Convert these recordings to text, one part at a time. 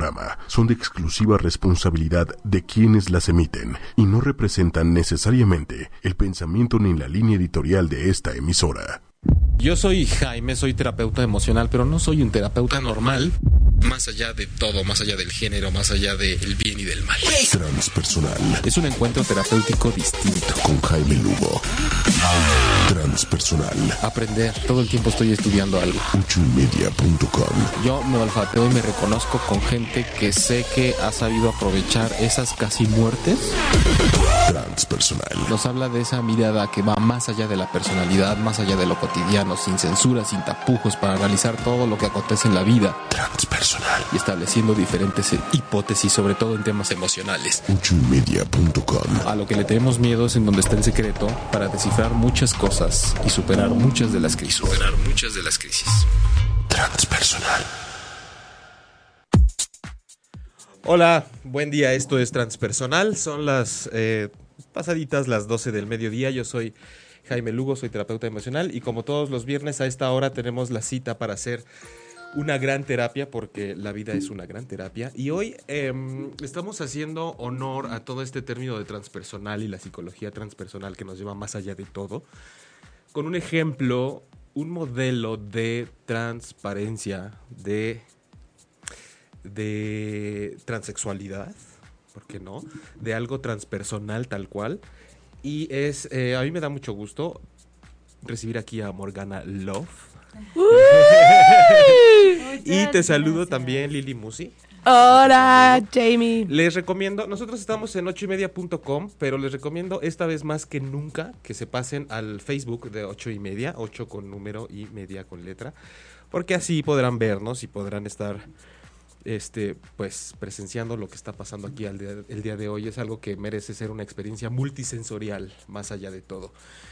programa son de exclusiva responsabilidad de quienes las emiten y no representan necesariamente el pensamiento ni la línea editorial de esta emisora. Yo soy Jaime, soy terapeuta emocional, pero no soy un terapeuta normal. Más allá de todo, más allá del género, más allá del bien y del mal. Transpersonal. Es un encuentro terapéutico distinto. Con Jaime Lugo. Transpersonal. Aprender. Todo el tiempo estoy estudiando algo. 8ymedia.com. Yo me olfateo y me reconozco con gente que sé que ha sabido aprovechar esas casi muertes. Transpersonal. Nos habla de esa mirada que va más allá de la personalidad, más allá de lo cotidiano, sin censura, sin tapujos, para analizar todo lo que acontece en la vida. Transpersonal. Y estableciendo diferentes hipótesis, sobre todo en temas emocionales. 8ymedia.com. A lo que le tenemos miedo es en donde está el secreto para descifrar muchas cosas y superar muchas de las crisis. Transpersonal. Hola, buen día, esto es Transpersonal, son las pasaditas las 12 del mediodía, yo soy Jaime Lugo, soy terapeuta emocional y como todos los viernes a esta hora tenemos la cita para hacer una gran terapia, porque la vida es una gran terapia, y hoy estamos haciendo honor a todo este término de transpersonal y la psicología transpersonal que nos lleva más allá de todo, con un ejemplo, un modelo de transparencia, de transexualidad, ¿por qué no? De algo transpersonal tal cual. Y a mí me da mucho gusto recibir aquí a Morgana Love. Y te saludo también, Lili Musi. Hola, Jamie. Les recomiendo, nosotros estamos en 8ymedia.com, pero les recomiendo esta vez más que nunca que se pasen al Facebook de 8ymedia, 8 con número y media con letra, porque así podrán vernos y podrán estar pues presenciando lo que está pasando aquí el día de hoy. Es algo que merece ser una experiencia multisensorial, más allá de todo.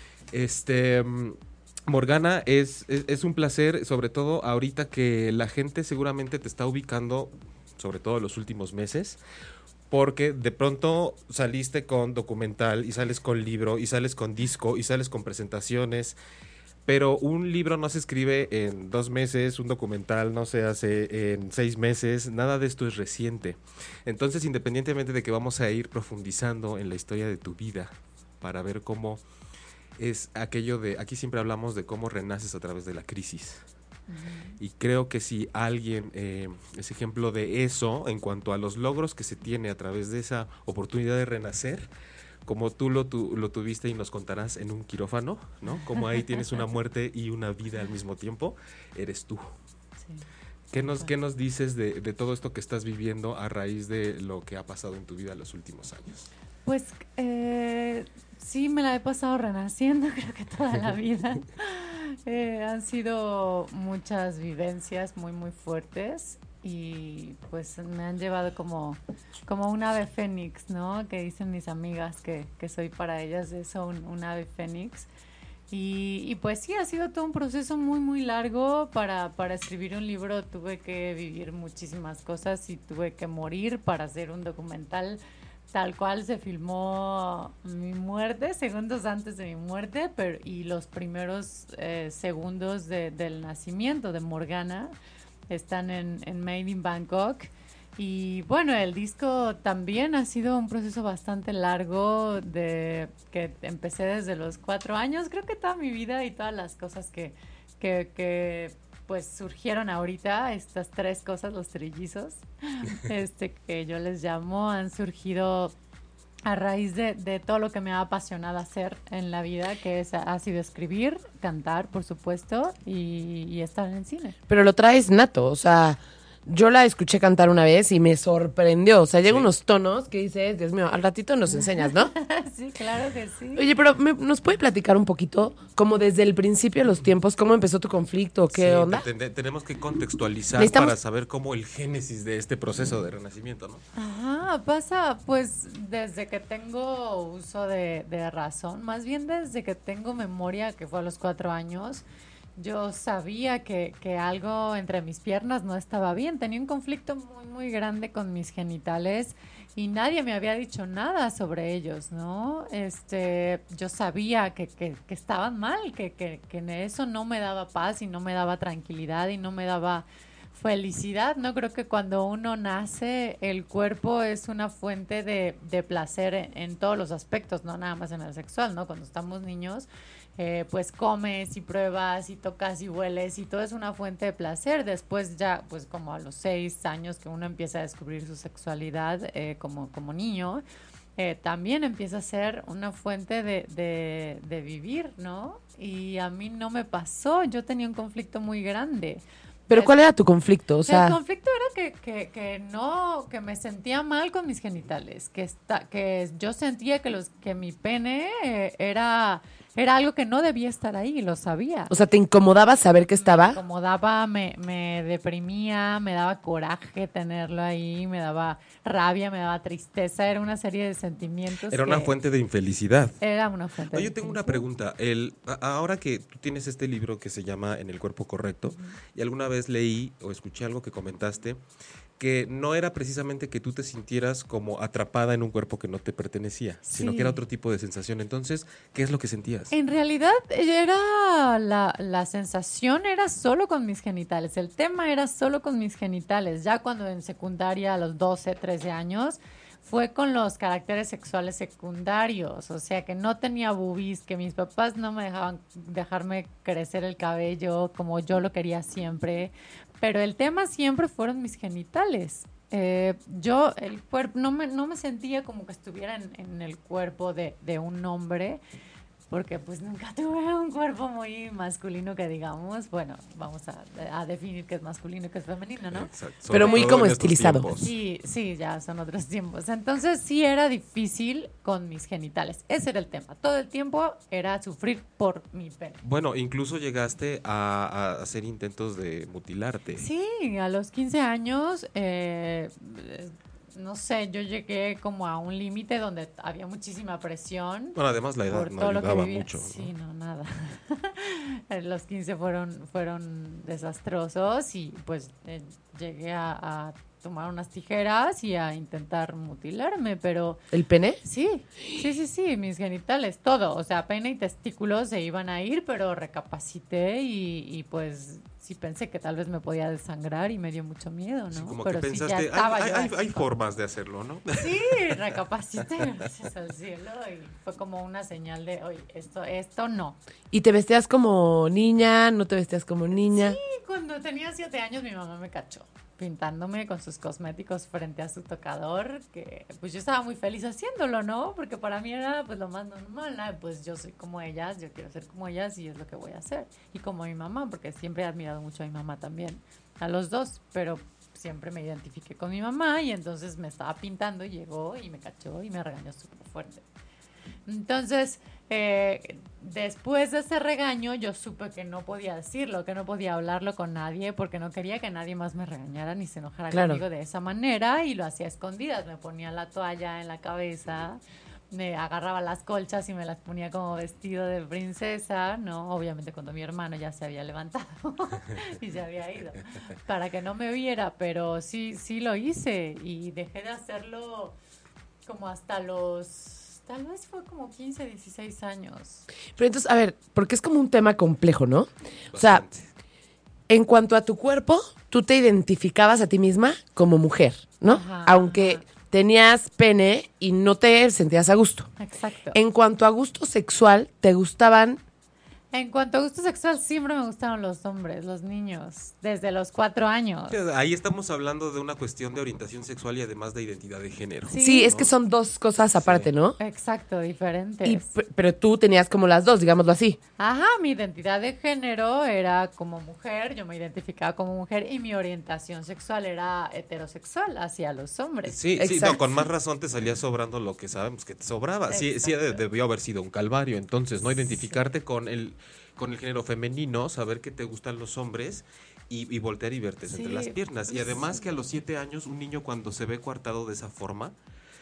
Morgana, es un placer, sobre todo ahorita que la gente seguramente te está ubicando, sobre todo en los últimos meses, porque de pronto saliste con documental y sales con libro y sales con disco y sales con presentaciones. Pero un libro no se escribe en 2 meses, un documental no se hace en 6 meses, nada de esto es reciente. Entonces, independientemente de que vamos a ir profundizando en la historia de tu vida para ver cómo es aquello de, aquí siempre hablamos de cómo renaces a través de la crisis. Y creo que si alguien es ejemplo de eso en cuanto a los logros que se tiene a través de esa oportunidad de renacer, como tú lo tuviste y nos contarás en un quirófano, ¿no? Como ahí tienes una muerte y una vida al mismo tiempo, eres tú. Sí. ¿Qué nos dices de todo esto que estás viviendo a raíz de lo que ha pasado en tu vida en los últimos años? Pues sí, me la he pasado renaciendo, creo que toda la vida. Han sido muchas vivencias muy, muy fuertes. Y pues me han llevado como un ave fénix, ¿no? Que dicen mis amigas que soy para ellas eso, un ave fénix. Y pues sí, ha sido todo un proceso muy, muy largo. Para escribir un libro tuve que vivir muchísimas cosas y tuve que morir para hacer un documental. Tal cual se filmó mi muerte, segundos antes de mi muerte, y los primeros segundos del nacimiento de Morgana están en Made in Bangkok. Y bueno, el disco también ha sido un proceso bastante largo, que empecé desde los 4 años. Creo que toda mi vida y todas las cosas que pues surgieron ahorita, estas 3 cosas, los trillizos, que yo les llamo, han surgido a raíz de todo lo que me ha apasionado hacer en la vida, que ha sido escribir, cantar, por supuesto, y estar en el cine. Pero lo traes nato, o sea, yo la escuché cantar una vez y me sorprendió. O sea, llega unos tonos que dices, Dios mío, al ratito nos enseñas, ¿no? Sí, claro que sí. Oye, pero ¿nos puede platicar un poquito, como desde el principio de los tiempos, cómo empezó tu conflicto? ¿Qué onda? Tenemos que contextualizar para saber cómo el génesis de este proceso de renacimiento, ¿no? Ajá, pasa pues desde que tengo uso de razón, más bien desde que tengo memoria, que fue a los 4 años. Yo sabía que algo entre mis piernas no estaba bien. Tenía un conflicto muy, muy grande con mis genitales y nadie me había dicho nada sobre ellos, ¿no? Yo sabía que estaban mal, que eso no me daba paz y no me daba tranquilidad y no me daba felicidad, ¿no? Creo que cuando uno nace, el cuerpo es una fuente de placer en todos los aspectos, no nada más en el sexual, ¿no? Cuando estamos niños, pues comes y pruebas y tocas y hueles y todo es una fuente de placer. Después ya, pues como a los 6 años que uno empieza a descubrir su sexualidad como niño, también empieza a ser una fuente de vivir, ¿no? Y a mí no me pasó, yo tenía un conflicto muy grande. ¿Pero cuál era tu conflicto? O sea, El conflicto era que me sentía mal con mis genitales, que yo sentía que mi pene era algo que no debía estar ahí, y lo sabía. o sea, ¿te incomodaba saber que Me estaba? incomodaba, me deprimía, me daba coraje tenerlo ahí, me daba rabia, me daba tristeza, era una serie de sentimientos. Era una fuente de infelicidad. Era una fuente Oye, de yo tengo una infelicidad. pregunta. Ahora que tú tienes este libro que se llama En el cuerpo correcto, y alguna vez leí o escuché algo que comentaste, que no era precisamente que tú te sintieras como atrapada en un cuerpo que no te pertenecía, sino Sí. que era otro tipo de sensación. Entonces, ¿qué es lo que sentías? En realidad era la sensación era solo con mis genitales, el tema era solo con mis genitales. Ya cuando en secundaria, a los 12, 13 años, fue con los caracteres sexuales secundarios, o sea que no tenía boobies, que mis papás no me dejaban dejarme crecer el cabello como yo lo quería siempre, pero el tema siempre fueron mis genitales. Yo el cuerpo no me sentía como que estuviera en el cuerpo de un hombre, porque pues nunca tuve un cuerpo muy masculino que digamos. Bueno, vamos a definir qué es masculino y qué es femenino, ¿no? Exacto. Pero Sobre muy todo como en estos estilizado. tiempos. Sí, ya son otros tiempos. Entonces sí era difícil con mis genitales. Ese era el tema. Todo el tiempo era sufrir por mi pene. Bueno, incluso llegaste a hacer intentos de mutilarte. Sí, a los 15 años, no sé, yo llegué como a un límite donde había muchísima presión. Bueno, además la edad Por no todo lo que ayudaba vivía. mucho, ¿no? Sí, no, nada. Los 15 fueron desastrosos y pues llegué a tomar unas tijeras y a intentar mutilarme, pero ¿El pene? sí, mis genitales, todo, o sea, pene y testículos se iban a ir, pero recapacité y pues sí pensé que tal vez me podía desangrar y me dio mucho miedo, ¿no? Sí, como pero que sí, ya pensaste, estaba yo hay así como- formas de hacerlo, ¿no? Sí, recapacité, gracias al cielo, y fue como una señal de, oye, esto no. ¿Y te vestías como niña? ¿No te vestías como niña? Y cuando tenía 7 años mi mamá me cachó pintándome con sus cosméticos frente a su tocador, que pues yo estaba muy feliz haciéndolo, ¿no? Porque para mí era pues lo más normal, ¿no? Pues yo soy como ellas, yo quiero ser como ellas y es lo que voy a hacer. Y como mi mamá, porque siempre he admirado mucho a mi mamá también, a los dos, pero siempre me identifiqué con mi mamá y entonces me estaba pintando y llegó y me cachó y me regañó súper fuerte. Entonces, después de ese regaño, yo supe que no podía decirlo, que no podía hablarlo con nadie, porque no quería que nadie más me regañara ni se enojara Claro. conmigo de esa manera, y lo hacía a escondidas. Me ponía la toalla en la cabeza, me agarraba las colchas y me las ponía como vestido de princesa, ¿no? Obviamente cuando mi hermano ya se había levantado y se había ido, para que no me viera, pero sí lo hice y dejé de hacerlo como hasta los... Tal vez fue como 15, 16 años. Pero entonces, a ver, porque es como un tema complejo, ¿no? O sea, Bastante. en cuanto a tu cuerpo, tú te identificabas a ti misma como mujer, ¿no? Ajá, Aunque ajá. tenías pene y no te sentías a gusto. Exacto. En cuanto a gusto sexual, ¿te gustaban? En cuanto a gusto sexual, siempre me gustaron los hombres, los niños, desde los 4 años. Ahí estamos hablando de una cuestión de orientación sexual y además de identidad de género. Sí, es ¿no? que son dos cosas aparte, Sí. ¿no? Exacto, diferentes. Pero tú tenías como las dos, digámoslo así. Ajá, mi identidad de género era como mujer, yo me identificaba como mujer y mi orientación sexual era heterosexual hacia los hombres. Sí, Exacto. no, con más razón te salía sobrando lo que sabemos que te sobraba. Sí, Exacto. debió haber sido un calvario. Entonces, no identificarte con el género femenino, saber que te gustan los hombres y voltear y verte Sí, entre las piernas. Y pues, además que a los 7 años, un niño cuando se ve coartado de esa forma,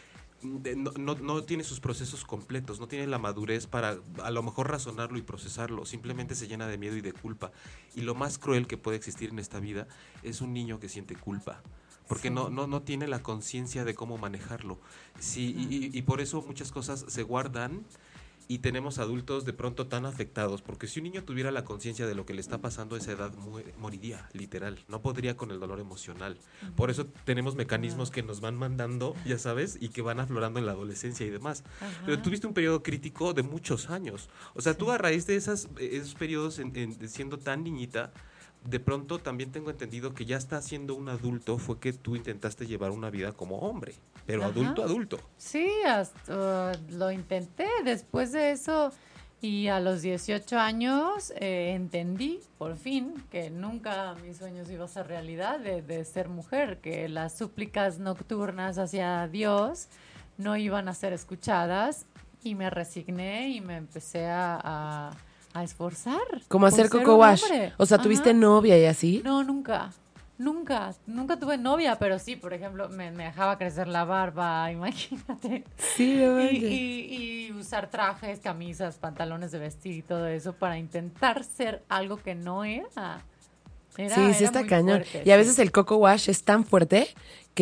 no tiene sus procesos completos, no tiene la madurez para a lo mejor razonarlo y procesarlo, simplemente se llena de miedo y de culpa. Y lo más cruel que puede existir en esta vida es un niño que siente culpa, porque Sí. no tiene la conciencia de cómo manejarlo. Sí, y por eso muchas cosas se guardan y tenemos adultos de pronto tan afectados, porque si un niño tuviera la conciencia de lo que le está pasando a esa edad, moriría, literal, no podría con el dolor emocional. Por eso tenemos mecanismos que nos van mandando, ya sabes, y que van aflorando en la adolescencia y demás. Ajá. Pero tuviste un periodo crítico de muchos años. O sea, tú a raíz de esos periodos siendo tan niñita, de pronto también tengo entendido que ya está siendo un adulto, fue que tú intentaste llevar una vida como hombre, pero Ajá. adulto. Sí, hasta, lo intenté. Después de eso y a los 18 años entendí por fin que nunca mis sueños iban a ser realidad de ser mujer, que las súplicas nocturnas hacia Dios no iban a ser escuchadas y me resigné y me empecé a esforzar. Como por hacer ser Coco un Wash. hombre. O sea, ¿tuviste Ajá. novia y así? No, nunca tuve novia, pero sí, por ejemplo, me dejaba crecer la barba, imagínate. Sí, no Y, manches. y usar trajes, camisas, pantalones de vestir y todo eso para intentar ser algo que no era. Sí, está muy cañón. fuerte, Y a sí. veces el Coco Wash es tan fuerte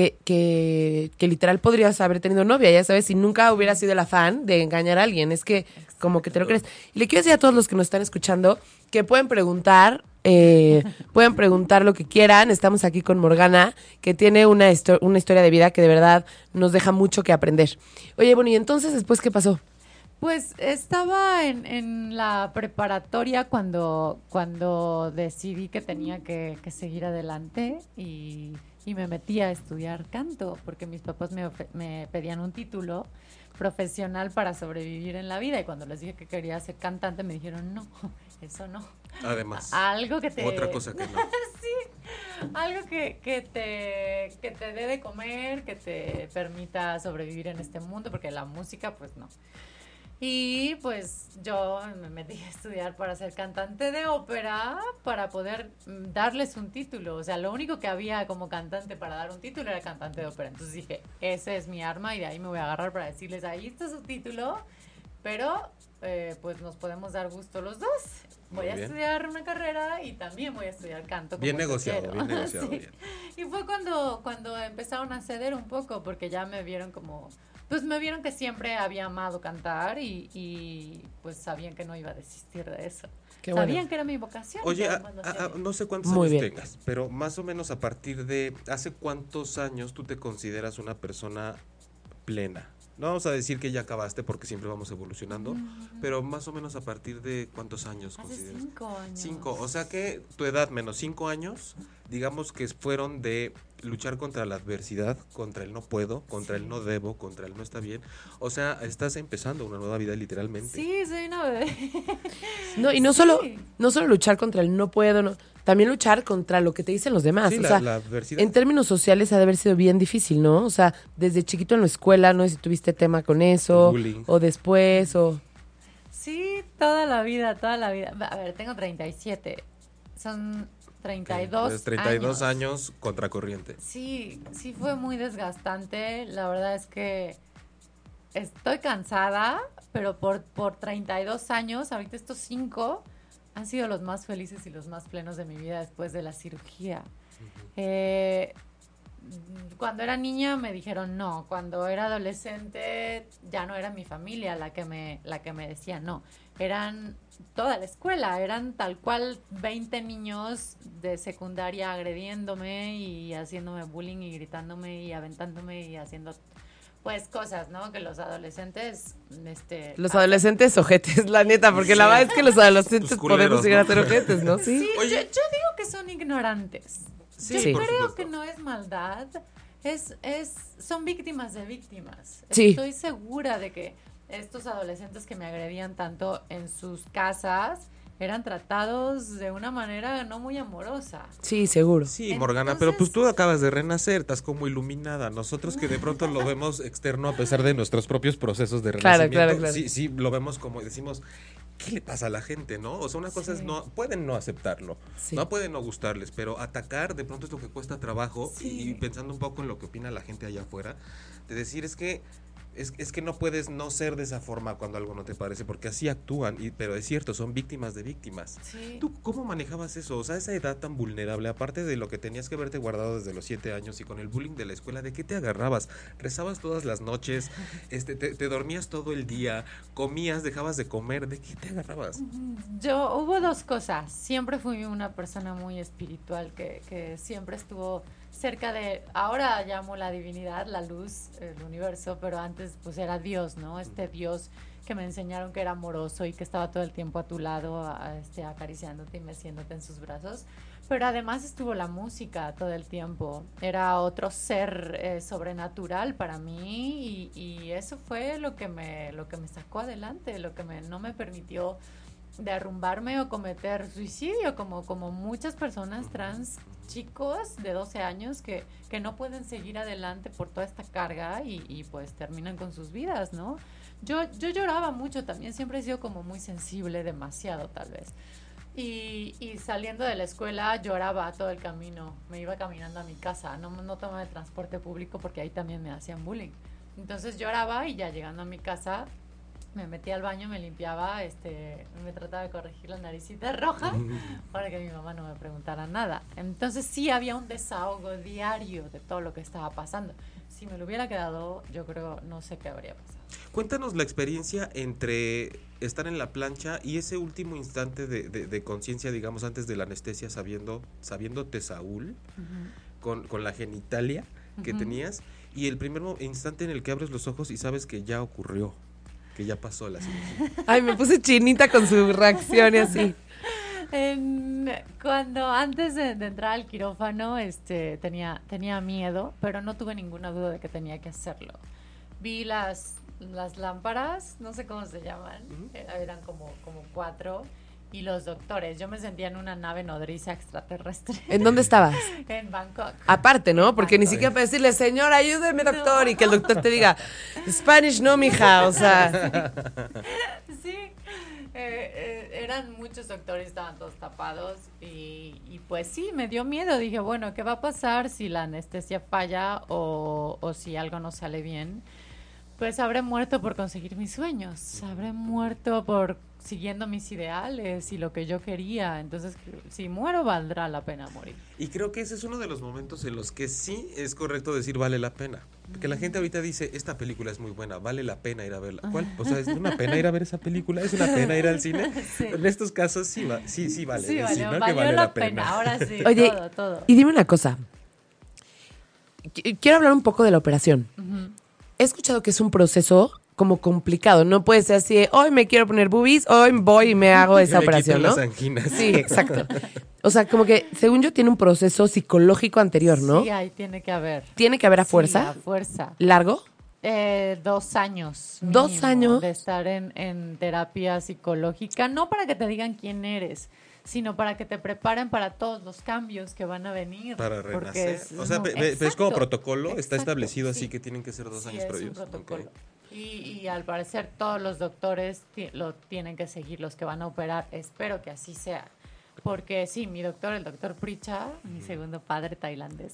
que literal podrías haber tenido novia, ya sabes, si nunca hubiera sido el afán de engañar a alguien. Es que como que te lo crees. Y le quiero decir a todos los que nos están escuchando que pueden preguntar lo que quieran. Estamos aquí con Morgana, que tiene una historia de vida que de verdad nos deja mucho que aprender. Oye, bueno, y entonces, ¿después qué pasó? Pues estaba en la preparatoria cuando decidí que tenía que seguir adelante y me metí a estudiar canto porque mis papás me pedían un título profesional para sobrevivir en la vida y cuando les dije que quería ser cantante me dijeron no, eso no. Además, Algo que te... otra cosa que no. Algo que te dé de comer, que te permita sobrevivir en este mundo, porque la música, pues no. Y pues yo me metí a estudiar para ser cantante de ópera, para poder darles un título. O sea, lo único que había como cantante para dar un título era cantante de ópera. Entonces dije, ese es mi arma y de ahí me voy a agarrar para decirles, ahí está su título, pero pues nos podemos dar gusto los dos. Voy Muy a bien. estudiar una carrera y también voy a estudiar canto. Como Bien yo negociado, quiero. bien negociado, Sí. bien. Y fue cuando empezaron a ceder un poco, porque ya me vieron como... Pues me vieron que siempre había amado cantar y pues sabían que no iba a desistir de eso. Qué Sabían bueno. que era mi vocación. Oye, y además lo hacía bien. no sé cuántos Muy años bien. tengas, pero más o menos a partir de ¿hace cuántos años tú te consideras una persona plena? No vamos a decir que ya acabaste porque siempre vamos evolucionando, pero más o menos a partir de ¿cuántos años Hace consideras? 5 años. 5, o sea que tu edad menos 5 años, digamos que fueron de luchar contra la adversidad, contra el no puedo, contra el no debo, contra el no está bien. O sea, estás empezando una nueva vida literalmente. Sí, soy una bebé. No, y no Sí. solo luchar contra el no puedo, no, también luchar contra lo que te dicen los demás. Sí, O sea, la adversidad. en términos sociales ha de haber sido bien difícil, ¿no? O sea, desde chiquito en la escuela, no sé si tuviste tema con eso, El bullying. o después, o... Sí, toda la vida, toda la vida. A ver, tengo 37. Son 32 Entonces, 32 años contracorriente. Sí, sí fue muy desgastante. La verdad es que estoy cansada, pero por 32 años, ahorita estos 5 han sido los más felices y los más plenos de mi vida después de la cirugía. Cuando era niña me dijeron no, cuando era adolescente ya no era mi familia la que me decía no, eran toda la escuela, eran tal cual 20 niños de secundaria agrediéndome y haciéndome bullying y gritándome y aventándome y haciendo pues cosas, ¿no? Que los adolescentes Los adolescentes ojetes, la neta, porque la verdad es que los adolescentes Los culeros, podemos llegar ¿no? a ser ojetes, ¿no? Sí. Sí, Oye. yo digo que son ignorantes. Sí, Yo por creo supuesto. que no es maldad, son víctimas de víctimas. Sí. Estoy segura de que estos adolescentes que me agredían tanto en sus casas eran tratados de una manera no muy amorosa. Sí, seguro. Sí, Morgana, pero pues tú acabas de renacer, estás como iluminada. Nosotros que de pronto lo vemos externo a pesar de nuestros propios procesos de Claro, renacimiento, claro. sí, lo vemos como decimos, ¿qué le pasa a la gente, no? O sea, una cosa Sí. es pueden no aceptarlo, Sí. no pueden no gustarles, pero atacar de pronto es lo que cuesta trabajo Sí. y pensando un poco en lo que opina la gente allá afuera, de decir es que es que no puedes no ser de esa forma cuando algo no te parece, porque así actúan, pero es cierto, son víctimas de víctimas. Sí. ¿Tú cómo manejabas eso? O sea, esa edad tan vulnerable, aparte de lo que tenías que haberte guardado desde los 7 años y con el bullying de la escuela, ¿de qué te agarrabas? ¿Rezabas todas las noches? ¿Te dormías todo el día? ¿Comías? ¿Dejabas de comer? ¿De qué te agarrabas? Hubo dos cosas. Siempre fui una persona muy espiritual que siempre estuvo cerca de, ahora llamo la divinidad, la luz, el universo, pero antes pues era Dios, ¿no? Este Dios que me enseñaron que era amoroso y que estaba todo el tiempo a tu lado, acariciándote y meciéndote en sus brazos. Pero además estuvo la música todo el tiempo. Era otro ser sobrenatural para mí y eso fue lo que me sacó adelante, lo que no me permitió derrumbarme o cometer suicidio, como muchas personas trans, chicos de 12 años que no pueden seguir adelante por toda esta carga y pues terminan con sus vidas, ¿no? Yo lloraba mucho también, siempre he sido como muy sensible, demasiado tal vez. Y saliendo de la escuela lloraba todo el camino, me iba caminando a mi casa, no tomaba el transporte público porque ahí también me hacían bullying. Entonces lloraba y ya llegando a mi casa me metía al baño, me limpiaba, me trataba de corregir la naricita roja para que mi mamá no me preguntara nada. Entonces sí había un desahogo diario de todo lo que estaba pasando. Si me lo hubiera quedado, yo creo, no sé qué habría pasado. Cuéntanos la experiencia entre estar en la plancha y ese último instante de conciencia, digamos, antes de la anestesia, sabiéndote Saúl, con la genitalia que tenías, y el primer instante en el que abres los ojos y sabes que ya ocurrió, que ya pasó la cirugía. Ay, me puse chinita con su reacción y así. Cuando antes de entrar al quirófano tenía miedo, pero no tuve ninguna duda de que tenía que hacerlo. Vi las lámparas, no sé cómo se llaman, eran como 4, y los doctores. Yo me sentía en una nave nodriza extraterrestre. ¿En dónde estabas? En Bangkok. Aparte, ¿no? Porque Bangkok. ni siquiera para decirle, señor, ayúdeme, doctor, no. Y que el doctor te diga, Spanish no, mija, o sea. Sí. Eran muchos doctores, estaban todos tapados y pues sí, me dio miedo. Dije, bueno, ¿qué va a pasar si la anestesia falla o si algo no sale bien? Pues habré muerto por conseguir mis sueños, habré muerto por siguiendo mis ideales y lo que yo quería. Entonces, si muero, valdrá la pena morir. Y creo que ese es uno de los momentos en los que sí es correcto decir vale la pena. Porque la gente ahorita dice, esta película es muy buena, vale la pena ir a verla. ¿Cuál? O sea, ¿es una pena ir a ver esa película? ¿Es una pena ir al cine? Sí. En estos casos sí vale. Sí, decir, ¿no? valió Que vale la pena. Ahora sí, Oye, todo. Y dime una cosa. Quiero hablar un poco de la operación. He escuchado que es un proceso como complicado. No puede ser así de, hoy me quiero poner boobies, hoy voy y me hago esa operación, ¿no? Las anginas. Sí, exacto. O sea, como que, según yo, tiene un proceso psicológico anterior, ¿no? Sí, ahí tiene que haber. ¿Tiene que haber a fuerza? Sí, a fuerza. ¿Largo? 2 años. 2 años. De estar en terapia psicológica, no para que te digan quién eres, sino para que te preparen para todos los cambios que van a venir. Para renacer. Es como protocolo, está establecido así que tienen que ser 2 años previos. Es un protocolo. Okay. Y al parecer todos los doctores lo tienen que seguir, los que van a operar. Espero que así sea. Porque sí, el doctor Pricha, mi segundo padre tailandés,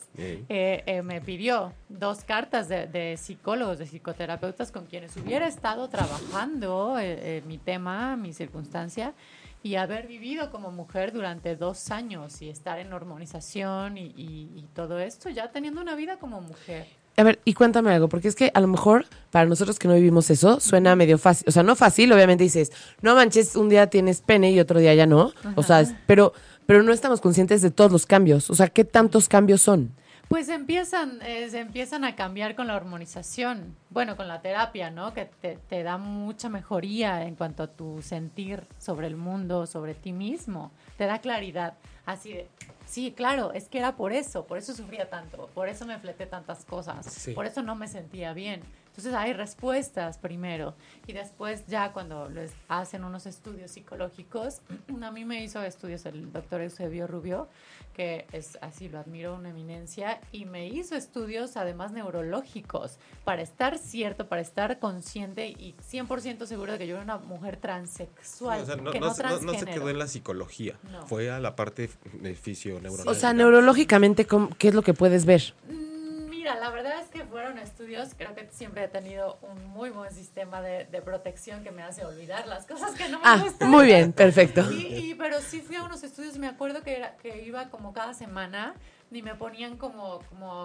me pidió 2 cartas de psicólogos, de psicoterapeutas con quienes hubiera estado trabajando mi tema, mi circunstancia, y haber vivido como mujer durante 2 años y estar en hormonización y todo esto, ya teniendo una vida como mujer. A ver, y cuéntame algo, porque es que a lo mejor para nosotros que no vivimos eso, suena medio fácil. O sea, no fácil, obviamente dices, no manches, un día tienes pene y otro día ya no. Ajá. O sea, pero no estamos conscientes de todos los cambios. O sea, ¿qué tantos cambios son? Pues se empiezan a cambiar con la hormonización, bueno, con la terapia, ¿no? Que te da mucha mejoría en cuanto a tu sentir sobre el mundo, sobre ti mismo. Te da claridad, así de, sí, claro, es que era por eso sufría tanto, por eso me fleté tantas cosas, sí. Por eso no me sentía bien. Entonces hay respuestas primero y después ya cuando les hacen unos estudios psicológicos, a mí me hizo estudios el doctor Eusebio Rubio, que es así, lo admiro, una eminencia, y me hizo estudios además neurológicos para estar cierto, para estar consciente y 100% seguro de que yo era una mujer transexual. Sí, o sea, no se quedó en la psicología, no. Fue a la parte de fisio-neuronal. O sea, neurológicamente, ¿qué es lo que puedes ver? Mira, la verdad es que fueron estudios, creo que siempre he tenido un muy buen sistema de protección que me hace olvidar las cosas que no me gustan. Muy bien, perfecto. Pero sí fui a unos estudios, me acuerdo que iba como cada semana y me ponían como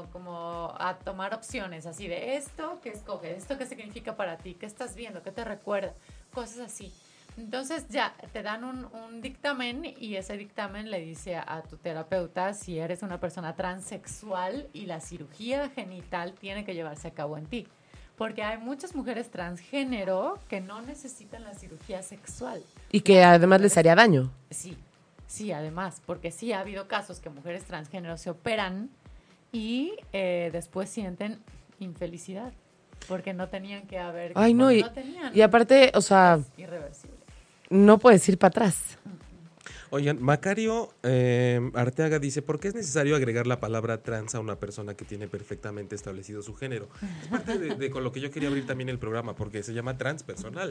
a tomar opciones, así de esto, ¿qué escoges? ¿Esto qué significa para ti? ¿Qué estás viendo? ¿Qué te recuerda? Cosas así. Entonces ya te dan un dictamen y ese dictamen le dice a tu terapeuta si eres una persona transexual y la cirugía genital tiene que llevarse a cabo en ti. Porque hay muchas mujeres transgénero que no necesitan la cirugía sexual. Y que además les haría daño. Sí, además, porque sí ha habido casos que mujeres transgénero se operan y después sienten infelicidad. Porque no tenían que haber... Ay, no, y aparte, o sea... Es irreversible. No puedes ir para atrás. Oigan, Macario Arteaga dice, ¿por qué es necesario agregar la palabra trans a una persona que tiene perfectamente establecido su género? Es parte de con lo que yo quería abrir también el programa, porque se llama transpersonal.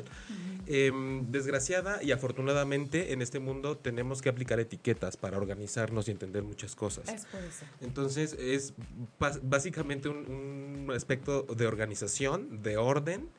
Desgraciada y afortunadamente en este mundo tenemos que aplicar etiquetas para organizarnos y entender muchas cosas. Es por eso. Entonces es básicamente un aspecto de organización, de orden,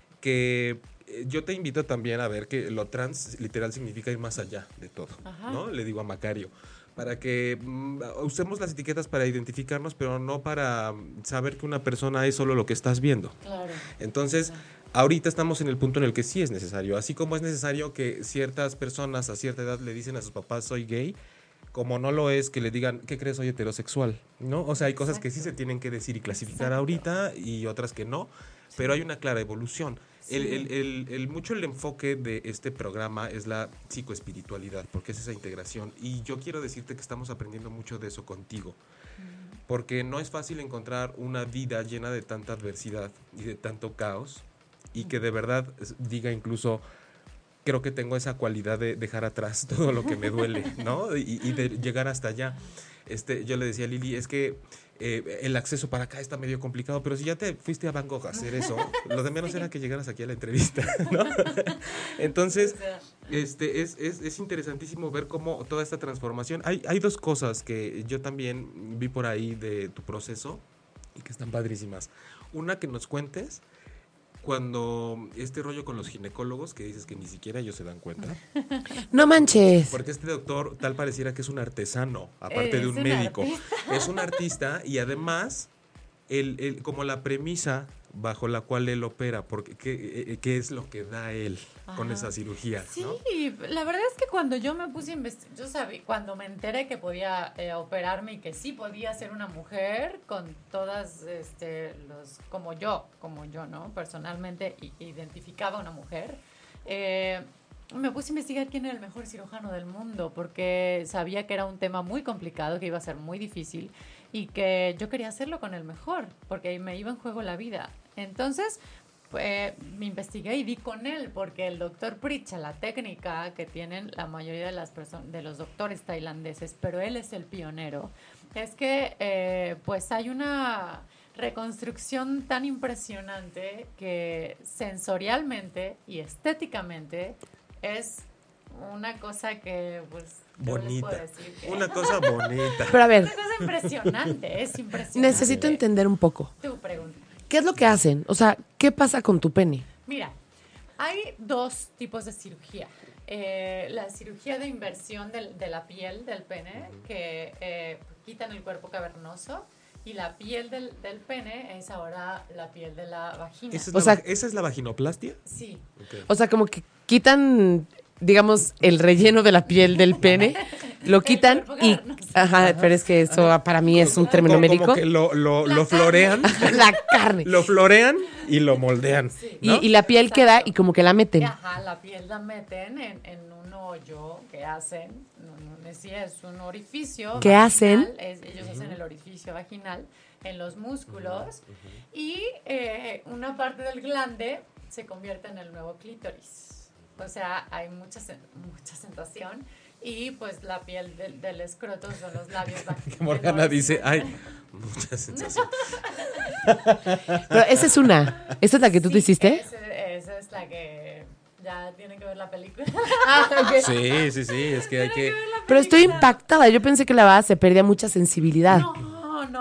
que yo te invito también a ver que lo trans literal significa ir más allá de todo, ¿no? Le digo a Macario, para que usemos las etiquetas para identificarnos, pero no para saber que una persona es solo lo que estás viendo. Claro. Entonces, ahorita estamos en el punto en el que sí es necesario, así como es necesario que ciertas personas a cierta edad le dicen a sus papás soy gay, como no lo es que le digan, ¿qué crees? Soy heterosexual, ¿no? O sea, hay cosas que sí se tienen que decir y clasificar ahorita y otras que no, pero hay una clara evolución. Sí. Mucho el enfoque de este programa es la psicoespiritualidad, porque es esa integración. Y yo quiero decirte que estamos aprendiendo mucho de eso contigo, porque no es fácil encontrar una vida llena de tanta adversidad y de tanto caos, y que de verdad diga incluso... Creo que tengo esa cualidad de dejar atrás todo lo que me duele, ¿no? Y de llegar hasta allá. Yo le decía a Lili, es que el acceso para acá está medio complicado, pero si ya te fuiste a Bangkok a hacer eso, lo de menos era que llegaras aquí a la entrevista, ¿no? Entonces, es interesantísimo ver cómo toda esta transformación... Hay dos cosas que yo también vi por ahí de tu proceso y que están padrísimas. Una, que nos cuentes... Cuando este rollo con los ginecólogos, que dices que ni siquiera ellos se dan cuenta. No manches. Porque este doctor tal pareciera que es un artesano, aparte de un médico. Es un artista y además, como la premisa bajo la cual él opera, porque ¿qué es lo que da él con esa cirugía? Sí, ¿no? La verdad es que cuando yo me puse a investigar, yo sabía, cuando me enteré que podía operarme y que sí podía ser una mujer con todas como yo, ¿no? Personalmente identificaba a una mujer. Me puse a investigar quién era el mejor cirujano del mundo, porque sabía que era un tema muy complicado, que iba a ser muy difícil y que yo quería hacerlo con el mejor, porque me iba en juego la vida. Entonces, me investigué y di con él, porque el doctor Pricha, la técnica que tienen la mayoría de las personas, de los doctores tailandeses, pero él es el pionero, es que pues hay una reconstrucción tan impresionante que sensorialmente y estéticamente es una cosa que pues bonita, decir que una cosa bonita. Pero a ver, una cosa impresionante, es impresionante. necesito entender un poco. Tu pregunta. ¿Qué es lo que hacen? O sea, ¿qué pasa con tu pene? Mira, hay dos tipos de cirugía. La cirugía de inversión de la piel del pene, que quitan el cuerpo cavernoso, y la piel del pene es ahora la piel de la vagina. ¿Esa es la vaginoplastia? Sí. Okay. O sea, como que quitan, digamos, el relleno de la piel del pene, lo quitan y... Ajá, pero es que eso para mí es un término médico. Como que lo florean. La carne. Lo florean y lo moldean. Sí. ¿no? Y la piel queda y como que la meten. Ajá, la piel la meten en un hoyo que hacen, sí, es un orificio. ¿Qué hacen? Ellos hacen el orificio vaginal en los músculos y una parte del glande se convierte en el nuevo clítoris. O sea, hay mucha sensación y pues la piel del escroto son los labios vaginales. Morgana dice, hay mucha sensación. Pero esa es una. ¿Esa es la que tú te hiciste? Esa es la que ya tienen que ver la película. Sí, es que hay que... Pero estoy impactada. Yo pensé que la verdad se perdía mucha sensibilidad. No,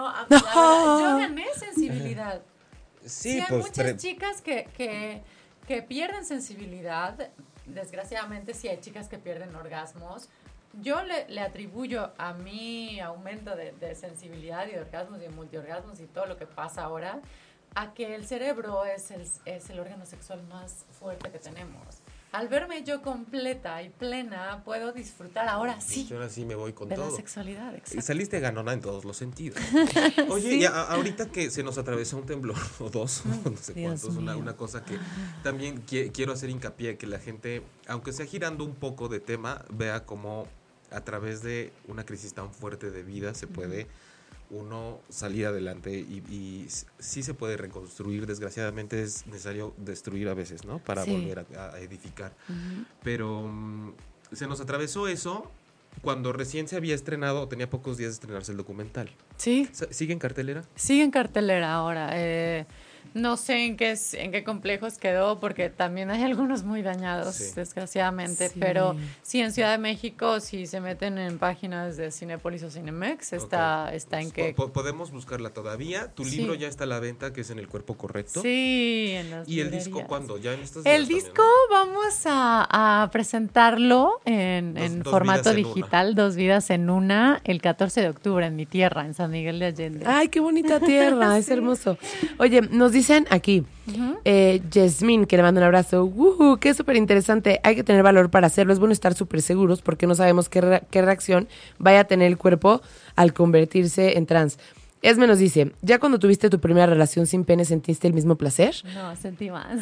la verdad, yo gané sensibilidad. Sí, hay pues muchas chicas que pierden sensibilidad. Desgraciadamente, sí hay chicas que pierden orgasmos. Yo le atribuyo a mi aumento de sensibilidad y de orgasmos y de multiorgasmos y todo lo que pasa ahora a que el cerebro es el órgano sexual más fuerte que tenemos. Al verme yo completa y plena, puedo disfrutar ahora sí Yo ahora sí me voy con de todo. la sexualidad. Exacto. Saliste ganona en todos los sentidos. Oye, Sí. y ahorita que se nos atravesó un temblor o dos, no sé Dios cuántos, mío. una cosa que también quiero hacer hincapié, que la gente, aunque sea girando un poco de tema, vea cómo a través de una crisis tan fuerte de vida se puede uno salir adelante y sí se puede reconstruir. Desgraciadamente es necesario destruir a veces, ¿no? Para Sí. volver a edificar. Pero se nos atravesó eso cuando recién se había estrenado, o tenía pocos días de estrenarse el documental. Sí, ¿Sigue en cartelera? sigue en cartelera ahora. No sé en qué complejos quedó, porque también hay algunos muy dañados, Sí. desgraciadamente. Sí. Pero sí, en Ciudad de México, si se meten en páginas de Cinépolis o Cinemex, está en que... Podemos buscarla todavía. Tu Sí. libro ya está a la venta, que es En el cuerpo correcto. Sí, en las ¿Y el librerías. disco cuándo? Ya en estos El días disco vamos a presentarlo en Dos formato vidas en digital, 2 vidas en una, el 14 de octubre en mi tierra, en San Miguel de Allende. Ay, qué bonita tierra, es hermoso. Oye, nos dicen aquí, Yasmín, que le manda un abrazo. Qué súper interesante. Hay que tener valor para hacerlo. Es bueno estar súper seguros porque no sabemos qué reacción vaya a tener el cuerpo al convertirse en trans. Esme nos dice, ¿ya cuando tuviste tu primera relación sin pene sentiste el mismo placer? No, sentí más.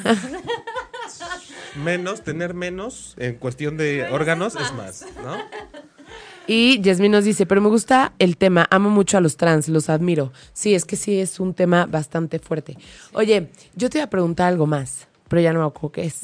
tener menos en cuestión de órganos es más, ¿no? Y Yasmín nos dice, pero me gusta el tema, amo mucho a los trans, los admiro. Sí, es que sí es un tema bastante fuerte. Oye, yo te iba a preguntar algo más, pero ya no me acuerdo qué es.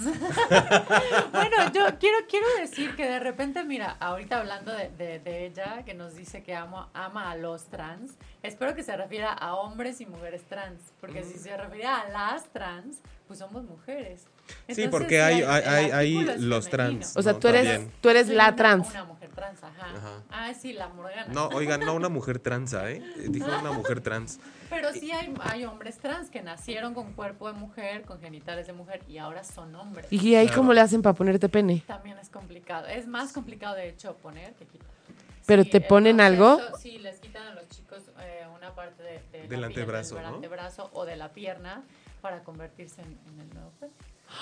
Bueno, yo quiero decir que de repente, mira, ahorita hablando de ella, que nos dice que ama a los trans, espero que se refiera a hombres y mujeres trans, porque si se refiere a las trans, pues somos mujeres. Sí, Entonces, porque el hay artículo es los femenino. trans. O sea, ¿no? tú También. eres Soy la trans. Una mujer trans, ajá. Ajá. Ah, sí, la Morgana. No, oigan, no una mujer transa, ¿eh? Dijo una mujer trans. Pero sí hay hombres trans que nacieron con cuerpo de mujer, con genitales de mujer y ahora son hombres. ¿Y ahí Claro. cómo le hacen para ponerte pene? También es complicado. Es más complicado, de hecho, poner que quitar. ¿Pero te el ponen algo? Sí, les quitan a los chicos una parte de Del la piel, antebrazo, del ¿no? antebrazo o de la pierna para convertirse en el nuevo pene.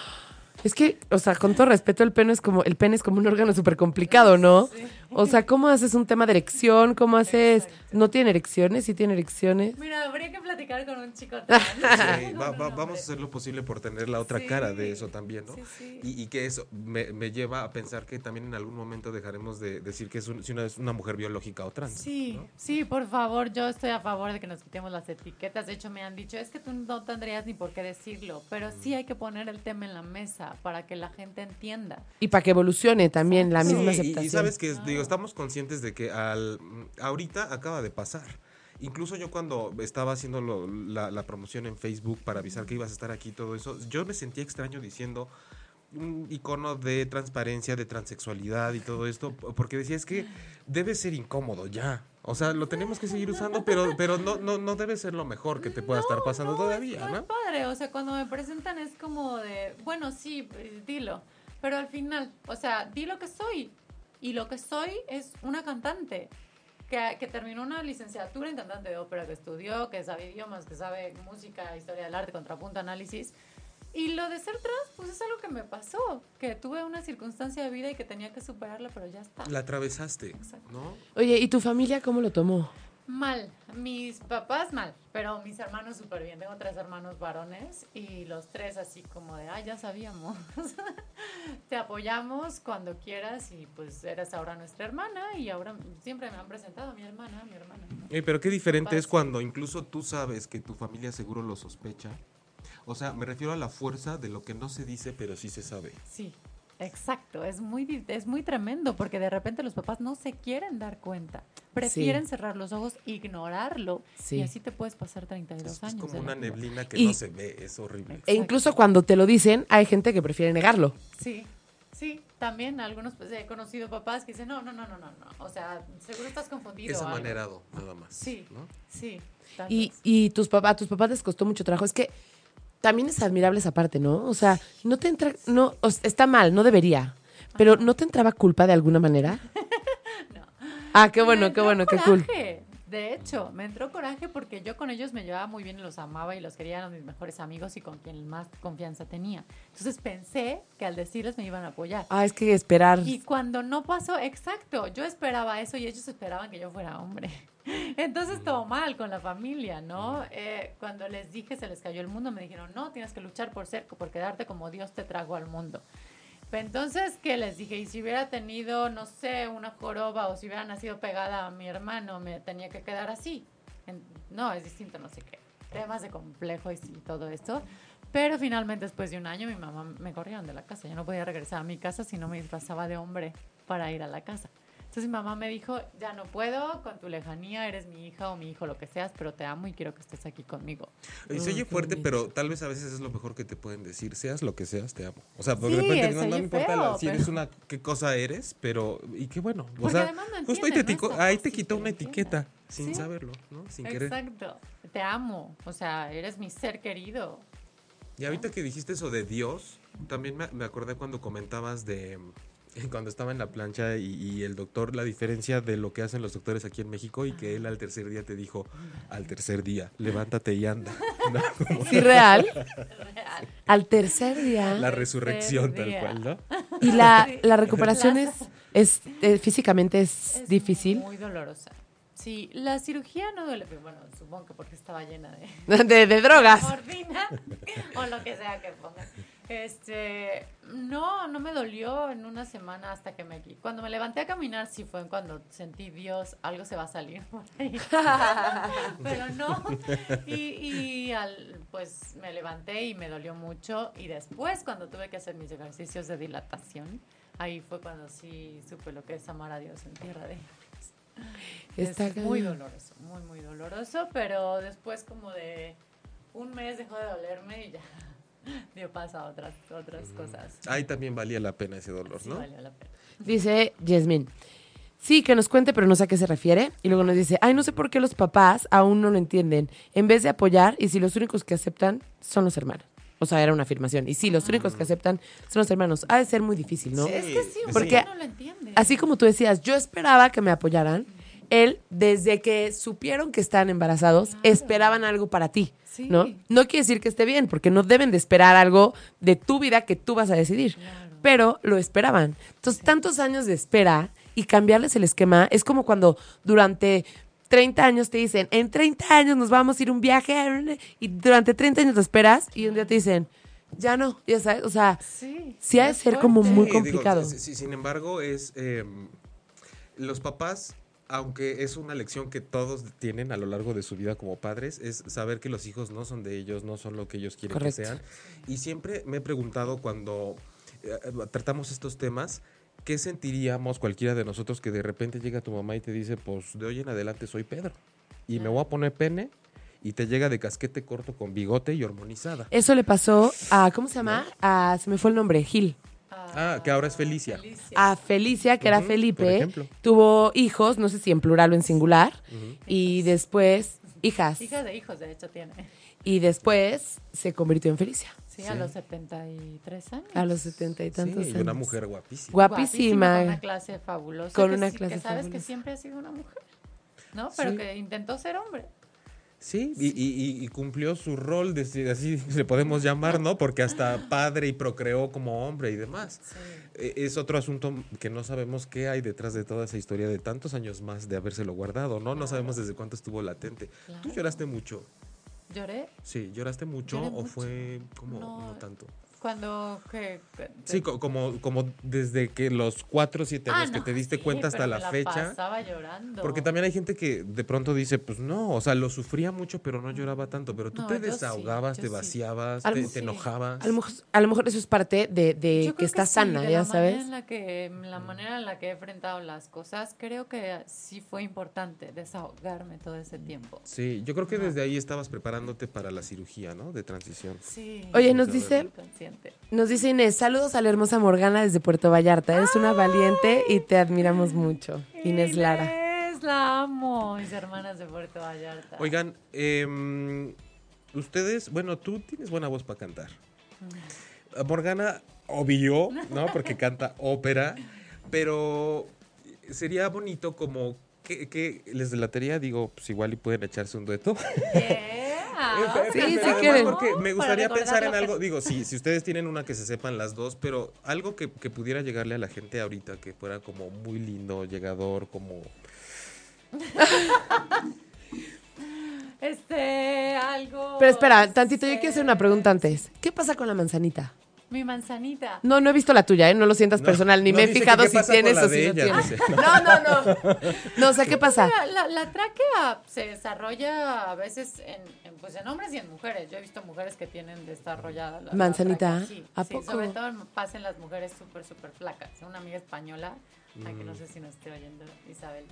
Es que, o sea, con todo respeto, el pene es como un órgano súper complicado, ¿no? Sí. O sea, ¿cómo haces un tema de erección? ¿Cómo haces? Exacto. ¿No tiene erecciones? ¿Sí tiene erecciones? Mira, habría que platicar con un chico trans. Sí, Con un vamos a hombre. hacer lo posible por tener la otra Sí. cara de eso también, ¿no? Sí, sí. Y que eso me lleva a pensar que también en algún momento dejaremos de decir que si una es una mujer biológica o trans. Sí, ¿no? sí, por favor, yo estoy a favor de que nos quitemos las etiquetas. De hecho, me han dicho, es que tú no tendrías ni por qué decirlo, pero sí hay que poner el tema en la mesa para que la gente entienda. Y para que evolucione también la misma Sí, aceptación. y sabes que digo, estamos conscientes de que ahorita acaba de pasar. Incluso yo cuando estaba haciendo la promoción en Facebook para avisar que ibas a estar aquí y todo eso, yo me sentía extraño diciendo un icono de transparencia, de transexualidad y todo esto, porque decía, es que debe ser incómodo ya. O sea, lo tenemos que seguir usando, pero no debe ser lo mejor que te pueda estar pasando todavía, Es ¿no? padre, o sea, cuando me presentan es como de, bueno, sí, pues, dilo, pero al final, o sea, di lo que soy, y lo que soy es una cantante que terminó una licenciatura en cantante de ópera, que estudió, que sabe idiomas, que sabe música, historia del arte, contrapunto, análisis. Y lo de ser trans, pues es algo que me pasó, que tuve una circunstancia de vida y que tenía que superarla, pero ya está. La atravesaste, Exacto. ¿no? Oye, ¿y tu familia cómo lo tomó? Mal, mis papás mal, pero mis hermanos súper bien. Tengo 3 hermanos varones y los 3 así como de, ya sabíamos. Te apoyamos cuando quieras y pues eres ahora nuestra hermana y ahora siempre me han presentado a mi hermana, ¿no? Pero qué diferente es Papás. cuando incluso tú sabes que tu familia seguro lo sospecha. O sea, me refiero a la fuerza de lo que no se dice, pero sí se sabe. Sí, exacto, es muy tremendo porque de repente los papás no se quieren dar cuenta, prefieren cerrar los ojos, ignorarlo Sí. y así te puedes pasar 32 Es años. como de una la vida. neblina que Y- no se ve, es horrible. E incluso cuando te lo dicen, hay gente que prefiere negarlo. Sí, Sí, también algunos pues he conocido papás que dicen, no. O sea, seguro estás confundido. Es o algo. amanerado, nada más. Sí, ¿no? sí. Y a tus papás les costó mucho trabajo. Es que también es admirable esa parte, ¿no? O sea, no te entra, no, está mal, no debería. Pero ¿no te entraba culpa de alguna manera? No. Ah, qué bueno, Me qué entró bueno, qué cool. coraje. De hecho, me entró coraje porque yo con ellos me llevaba muy bien y los amaba y los quería, eran mis mejores amigos y con quien más confianza tenía. Entonces pensé que al decirles me iban a apoyar. Ah, es que esperar. Y cuando no pasó, exacto, yo esperaba eso y ellos esperaban que yo fuera hombre. Entonces todo mal con la familia, ¿no? Cuando les dije se les cayó el mundo, me dijeron, no, tienes que luchar por quedarte como Dios te trajo al mundo. Entonces, ¿qué les dije? Y si hubiera tenido, no sé, una joroba o si hubiera nacido pegada a mi hermano, me tenía que quedar así. No, es distinto, no sé qué. Temas de complejo y todo esto. Pero finalmente, después de un año, mi mamá me corrieron de la casa. Yo no podía regresar a mi casa si no me disfrazaba de hombre para ir a la casa. Entonces mi mamá me dijo, ya no puedo, con tu lejanía, eres mi hija o mi hijo, lo que seas, pero te amo y quiero que estés aquí conmigo. Y se oye fuerte, pero tal vez a veces es lo mejor que te pueden decir. Seas lo que seas, te amo. O sea, Sí, de repente se no me oye importa feo, si eres una qué cosa eres, pero y qué bueno. O Porque sea, además no justo ahí entienden, no está ahí te fácil quitó que una lo etiqueta entiendan. sin Sí. saberlo, ¿no? Sin querer. Exacto, te amo, o sea, eres mi ser querido. Y ahorita que dijiste eso de Dios, también me acordé cuando comentabas de cuando estaba en la plancha y el doctor, la diferencia de lo que hacen los doctores aquí en México y que él al tercer día te dijo, al tercer día, levántate y anda. ¿No? Como Sí, real. Real. Al tercer día. la resurrección tal día. cual, ¿no? Y la recuperación físicamente es difícil. Muy dolorosa. Sí, la cirugía no duele, pero bueno, supongo que porque estaba llena de De drogas. morfina o lo que sea que pongan. No me dolió en una semana hasta que cuando me levanté a caminar, sí fue cuando sentí, Dios, algo se va a salir por ahí. Pero no. Pues me levanté y me dolió mucho. Y después, cuando tuve que hacer mis ejercicios de dilatación, ahí fue cuando sí supe lo que es amar a Dios en tierra de Está es muy cañón. doloroso, muy doloroso, pero después como de un mes dejó de dolerme y ya dio paso a otras cosas. Ahí también valía la pena ese dolor, Sí, ¿no? valió la pena. Dice Yasmín. Sí, que nos cuente, pero no sé a qué se refiere. Y luego nos dice, ay, no sé por qué los papás aún no lo entienden. En vez de apoyar, y si los únicos que aceptan son los hermanos. O sea, era una afirmación. Y sí, los únicos que aceptan son los hermanos. Ha de ser muy difícil, ¿no? Es que sí, Porque uno no lo entiende. así como tú decías, yo esperaba que me apoyaran. Él, desde que supieron que estaban embarazados, Claro. esperaban algo para ti, Sí. ¿no? No quiere decir que esté bien, porque no deben de esperar algo de tu vida que tú vas a decidir. Claro. Pero lo esperaban. Entonces, tantos años de espera y cambiarles el esquema es como cuando durante 30 años te dicen, en 30 años nos vamos a ir a un viaje, y durante 30 años te esperas y un día te dicen, ya no, ya sabes, o sea, sí ha de es ser como fuerte. muy Sí, digo, complicado. sin embargo, los papás, aunque es una lección que todos tienen a lo largo de su vida como padres, es saber que los hijos no son de ellos, no son lo que ellos quieren Correcto. que sean. Y siempre me he preguntado cuando tratamos estos temas, ¿qué sentiríamos cualquiera de nosotros que de repente llega tu mamá y te dice, pues de hoy en adelante soy Pedro y me voy a poner pene? Y te llega de casquete corto con bigote y hormonizada. Eso le pasó a, ¿cómo se llama? Se me fue el nombre, Gil. Que ahora es Felicia. A Felicia, que era Ujú, por Felipe, ejemplo. tuvo hijos, no sé si en plural o en singular, y después, hijas, Hijas de hijos, de hecho, tiene. y después se convirtió en Felicia, Sí, a los 73 años. a los 70 y tantos Sí, y años. una mujer guapísima. Guapísima. Con una clase fabulosa. Con que una sí, clase que sabes fabulosa. que siempre ha sido una mujer, ¿no? Pero Sí. que intentó ser hombre. Sí, y cumplió su rol, así le podemos llamar, ¿no? Porque hasta padre y procreó como hombre y demás. Es otro asunto que no sabemos qué hay detrás de toda esa historia de tantos años más de habérselo guardado, ¿no? No sabemos desde cuánto estuvo latente. Claro. ¿Tú lloraste mucho? Lloré Sí, ¿lloraste mucho Lloré o mucho. fue como No. no tanto? cuando... Sí, como desde que los 4 o 7 años que no, te diste sí, cuenta hasta pero la me fecha. pasaba llorando. Porque también hay gente que de pronto dice, pues no, o sea, lo sufría mucho, pero no lloraba tanto. Pero tú No, te yo sí, desahogabas, yo te sí. vaciabas, Algo te sí. enojabas. A lo mejor eso es parte de Yo que creo está sí, sana, de ya la sabes. la manera en la que he enfrentado las cosas, creo que sí fue importante desahogarme todo ese tiempo. Sí, yo creo que desde ahí estabas preparándote para la cirugía, ¿no? De transición. Sí. Oye, nos Sin dice Muy consciente. valiente. Nos dice Inés, saludos a la hermosa Morgana desde Puerto Vallarta. Eres una valiente y te admiramos mucho. Inés Lara. Inés, la amo. Mis hermanas de Puerto Vallarta. Oigan, ustedes, bueno, tú tienes buena voz para cantar. Morgana, obvio, ¿no? Porque canta ópera, pero sería bonito como que les delatería, digo, pues igual y pueden echarse un dueto. Sí, sí Además, quieren. porque me gustaría Para pensar en recordar lo algo, digo, si ustedes tienen una que se sepan las dos, pero algo que pudiera llegarle a la gente ahorita, que fuera como muy lindo, llegador, como... Algo... Pero espera, tantito, yo quiero hacer una pregunta antes. ¿Qué pasa con la manzanita? Mi manzanita. No he visto la tuya, no lo sientas No, personal, ni no, me he dice que fijado qué si pasa con tienes la o de si no ella, tienes. dice. No. No, o sea, ¿qué pasa? La tráquea se desarrolla a veces pues en hombres y en mujeres. Yo he visto mujeres que tienen desarrollada la Manzanita, tráquea. Sí, ¿a sí, poco? sobre todo pasa en las mujeres súper, súper flacas. Una amiga española, que no sé si nos esté oyendo, Isabel,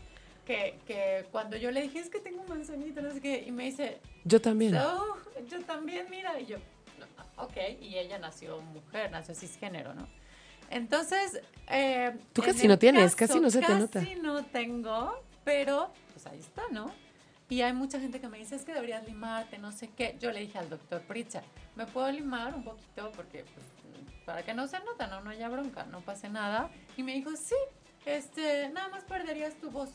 que cuando yo le dije, es que tengo manzanita, no sé qué, y me dice, Yo también. "Oh, yo también, mira", y yo, "No, ok", y ella nació mujer, nació cisgénero, ¿no? Entonces, Tú en casi el no tienes, casi no se te nota. Casi no tengo, pero pues ahí está, ¿no? Y hay mucha gente que me dice, es que deberías limarte, no sé qué. Yo le dije al doctor Pritchard, ¿me puedo limar un poquito? Porque pues, para que no se nota, no haya bronca, no pase nada. Y me dijo, sí, nada más perderías tu voz.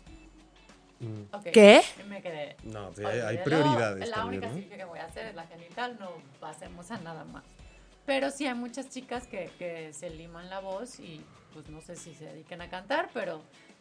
Okay. ¿Qué? Y me quedé. No, sí, olvídelo. hay prioridades La también, única ¿no? cirugía que voy a hacer es la genital, no hacemos a nada más. Pero sí hay muchas chicas que se liman la voz y pues no sé si se dediquen a cantar, pero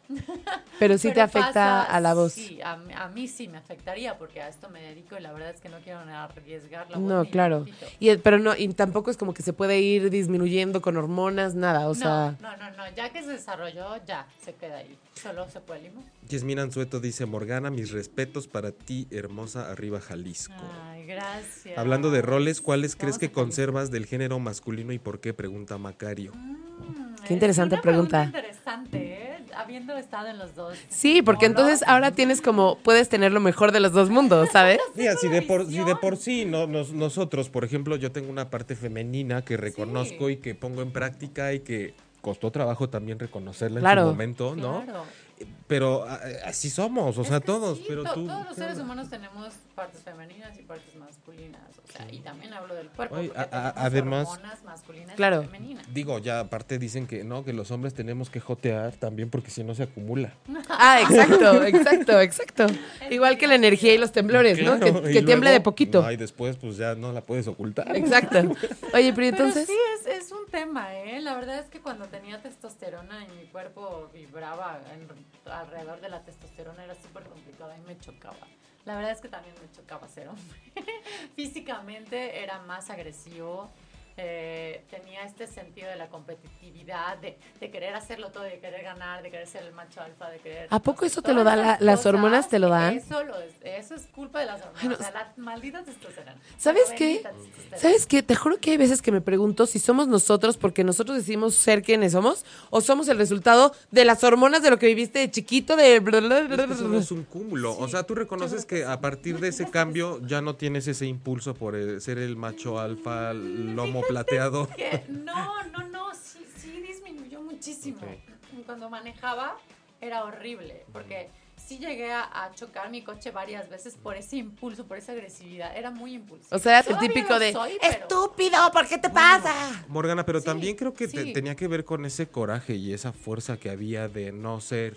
Pero sí te afecta pasa, a la voz. Sí, a mí sí me afectaría porque a esto me dedico y la verdad es que no quiero arriesgar la voz. No, ni claro. tantito. Pero no, y tampoco es como que se puede ir disminuyendo con hormonas, nada, o sea. No, ya que se desarrolló, ya se queda ahí. Solo se puede limar. Yasmina Anzueto dice, Morgana, mis respetos para ti, hermosa, arriba Jalisco. Ay, gracias. Hablando de roles, ¿cuáles crees Vamos que a Jalisco. conservas del género masculino y por qué? Pregunta Macario. Qué interesante es una pregunta. Interesante, ¿eh? Habiendo estado en los dos. Sí, porque polos. entonces ahora tienes como, puedes tener lo mejor de los dos mundos, ¿sabes? Mira, si de visión. por sí nosotros, por ejemplo, yo tengo una parte femenina que reconozco Sí. y que pongo en práctica y que costó trabajo también reconocerla Claro. en su momento, ¿no? Claro. Pero así somos, o sea, Es que todos. sí, Pero tú, todos los ¿qué seres onda? humanos tenemos partes femeninas y partes masculinas. O sea, y también hablo del cuerpo. Oye, porque tenemos además- hormonas masculinas Claro. y femeninas. Digo, ya aparte dicen que no, que los hombres tenemos que jotear también porque si no se acumula. Ah, exacto. Igual que la energía y los temblores, ¿no? Claro, Que y tiemble luego, de poquito. No, y después pues ya no la puedes ocultar. Exacto. Oye, pero entonces, Pero sí, es un tema, ¿eh? La verdad es que cuando tenía testosterona y mi cuerpo vibraba alrededor de la testosterona era súper complicado y me chocaba. La verdad es que también me chocaba ser hombre. Físicamente era más agresivo. Tenía este sentido de la competitividad, de querer hacerlo todo, de querer ganar, de querer ser el macho alfa, de querer... ¿A poco no sé, eso te lo todas da esas las cosas, hormonas te lo dan? Eso es culpa de las hormonas. Ay, no. O sea, la maldita testosterona. ¿sabes La qué? bendita testosterona. ¿Sabes qué? Te juro que hay veces que me pregunto si somos nosotros porque nosotros decidimos ser quienes somos o somos el resultado de las hormonas de lo que viviste de chiquito, de... Es que solo es un cúmulo. O sea, tú reconoces yo creo que a partir de ese cambio ya no tienes ese impulso por ser el macho alfa, lomo plateado. Que no, sí disminuyó muchísimo. Ok. Cuando manejaba era horrible, porque sí llegué a chocar mi coche varias veces por ese impulso, por esa agresividad. Era muy impulsivo. O sea, eras el Todavía típico lo de... soy, pero- ¡Estúpido! ¿Por qué te pasa? Morgana, pero Sí, también creo que sí. tenía que ver con ese coraje y esa fuerza que había de no ser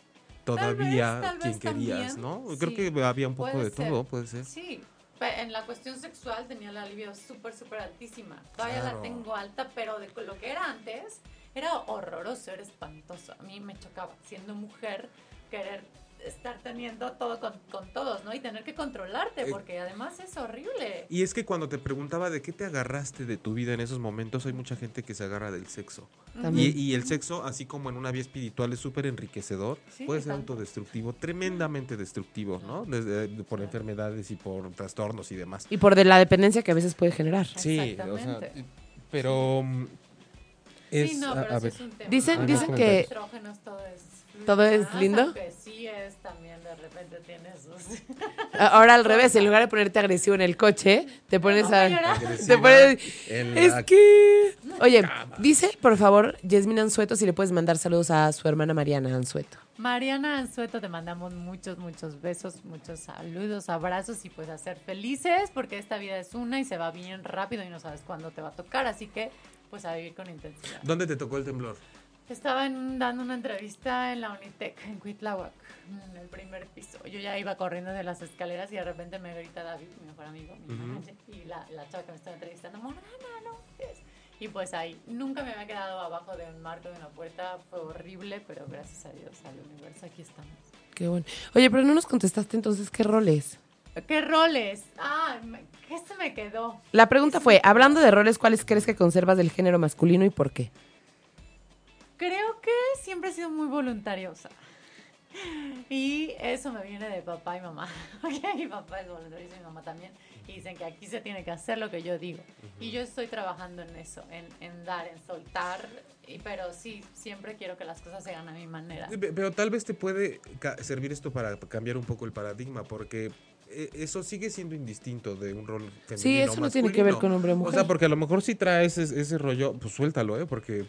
todavía tal quien vez querías, también, ¿no? Creo sí, que había un poco puede de ser. todo, puede ser. Sí, en la cuestión sexual tenía la libido súper altísima. Todavía Claro. la tengo alta, pero de lo que era antes, era horroroso, era espantoso. A mí me chocaba, siendo mujer, querer estar teniendo todo con todos, ¿no? Y tener que controlarte, porque además es horrible. Y es que cuando te preguntaba de qué te agarraste de tu vida en esos momentos, hay mucha gente que se agarra del sexo. También. Y el sexo, así como en una vía espiritual, es súper enriquecedor. Sí, Puede ser tanto. autodestructivo, tremendamente destructivo, ¿no? Por enfermedades y por trastornos y demás. Y por de la dependencia que a veces puede generar. Sí, o sea, Exactamente. pero es... Sí, no, pero a sí ver. es un tema. Dicen Ajá. que... Estrógenos, todo es ¿Todo es lindo? Aunque sí es, también de repente tiene sus... Ahora al revés, en lugar de ponerte agresivo en el coche, te pones a... Agresiva Te pones... en Es la que... Oye, dice, por favor, Yasmina Anzueto, si le puedes mandar saludos a su hermana Mariana Anzueto. Mariana Anzueto, te mandamos muchos besos, muchos saludos, abrazos y pues a ser felices porque esta vida es una y se va bien rápido y no sabes cuándo te va a tocar, así que pues a vivir con intensidad. ¿Dónde te tocó el temblor? Estaba dando una entrevista en la Unitec, en Cuitláhuac, en el primer piso. Yo ya iba corriendo de las escaleras y de repente me grita David, mi mejor amigo, mi manager, y la chava que me estaba entrevistando, Morana, no es. Y pues ahí, nunca me había quedado abajo de un marco de una puerta, fue horrible, pero gracias a Dios, al universo, aquí estamos. Qué bueno. Oye, pero no nos contestaste entonces qué roles. ¿Qué roles? ¿Qué se me quedó? La pregunta fue, hablando de roles, ¿cuáles crees que conservas del género masculino y por qué? Creo que siempre he sido muy voluntariosa. Y eso me viene de papá y mamá. Mi papá es voluntario y mi mamá también. Y dicen que aquí se tiene que hacer lo que yo digo. Y yo estoy trabajando en eso, en dar, en soltar. Pero sí, siempre quiero que las cosas se hagan a mi manera. Pero tal vez te puede servir esto para cambiar un poco el paradigma, porque eso sigue siendo indistinto de un rol femenino. Sí, eso no tiene que ver con hombre o mujer. O sea, porque a lo mejor si traes ese rollo, pues suéltalo, porque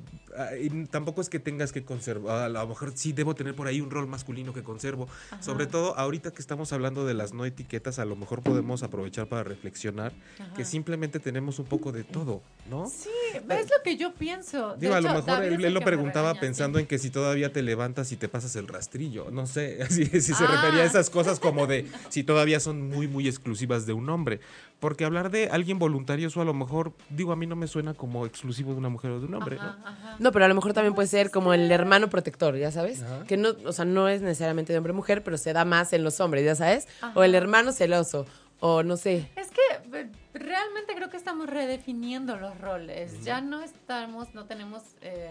y tampoco es que tengas que conservar, a lo mejor sí debo tener por ahí un rol masculino que conservo. Ajá. Sobre todo ahorita que estamos hablando de las no etiquetas, a lo mejor podemos aprovechar para reflexionar. Ajá. Que simplemente tenemos un poco de todo, ¿no? Sí, es lo que yo pienso. Digo, a lo mejor él lo preguntaba pensando en que si todavía te levantas y te pasas el rastrillo, no sé, si se refería a esas cosas como de si todavía son muy, muy exclusivas de un hombre. Porque hablar de alguien voluntarioso a lo mejor, digo, a mí no me suena como exclusivo de una mujer o de un hombre, ajá, ¿no? Ajá. No, pero a lo mejor también puede ser como el hermano protector, ¿ya sabes? Ajá. Que no, o sea, no es necesariamente de hombre o mujer, pero se da más en los hombres, ¿ya sabes? Ajá. O el hermano celoso, o no sé. Es que realmente creo que estamos redefiniendo los roles. Ya no tenemos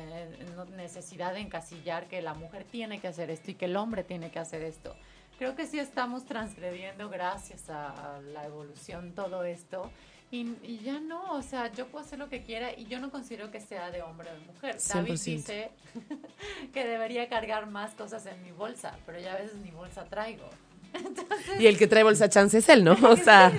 necesidad de encasillar que la mujer tiene que hacer esto y que el hombre tiene que hacer esto. Creo que sí estamos transgrediendo gracias a la evolución todo esto y ya no, o sea, yo puedo hacer lo que quiera y yo no considero que sea de hombre o de mujer. 100%. David dice que debería cargar más cosas en mi bolsa, pero ya a veces ni bolsa traigo. Entonces, y el que trae bolsa chance es él, ¿no? O sea...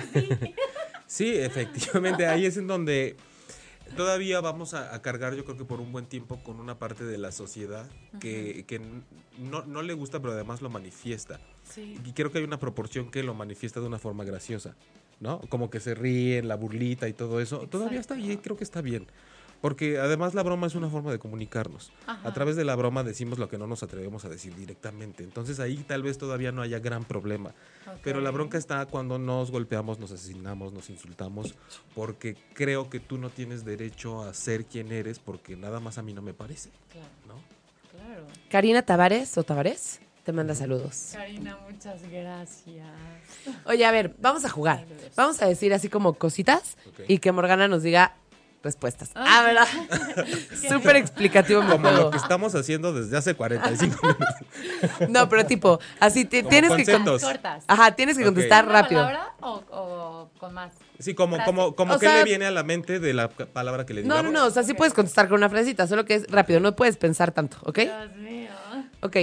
Sí, efectivamente, ahí es en donde todavía vamos a cargar, yo creo que por un buen tiempo, con una parte de la sociedad que no le gusta, pero además lo manifiesta. Sí. Y creo que hay una proporción que lo manifiesta de una forma graciosa, ¿no? Como que se ríen, la burlita y todo eso. Exacto. Todavía está ahí, creo que está bien. Porque además la broma es una forma de comunicarnos. Ajá. A través de la broma decimos lo que no nos atrevemos a decir directamente. Entonces ahí tal vez todavía no haya gran problema. Okay. Pero la bronca está cuando nos golpeamos, nos asesinamos, nos insultamos, porque creo que tú no tienes derecho a ser quien eres porque nada más a mí no me parece. Claro. ¿No? Claro. Karina Tavares o Tavares te manda saludos. Karina, muchas gracias. Oye, a ver, vamos a jugar. Vamos a decir así como cositas y que Morgana nos diga respuestas. Ah, ¿verdad? Súper explicativo. Como lo que estamos haciendo desde hace 45 minutos. No, pero tipo, así tienes que cortas. Ajá, tienes que contestar rápido. ¿Palabra o con más? Sí, como que le viene a la mente de la palabra que le digamos. No, o sea, sí puedes contestar con una frasecita, solo que es rápido, no puedes pensar tanto, ¿ok? Dios mío. Ok.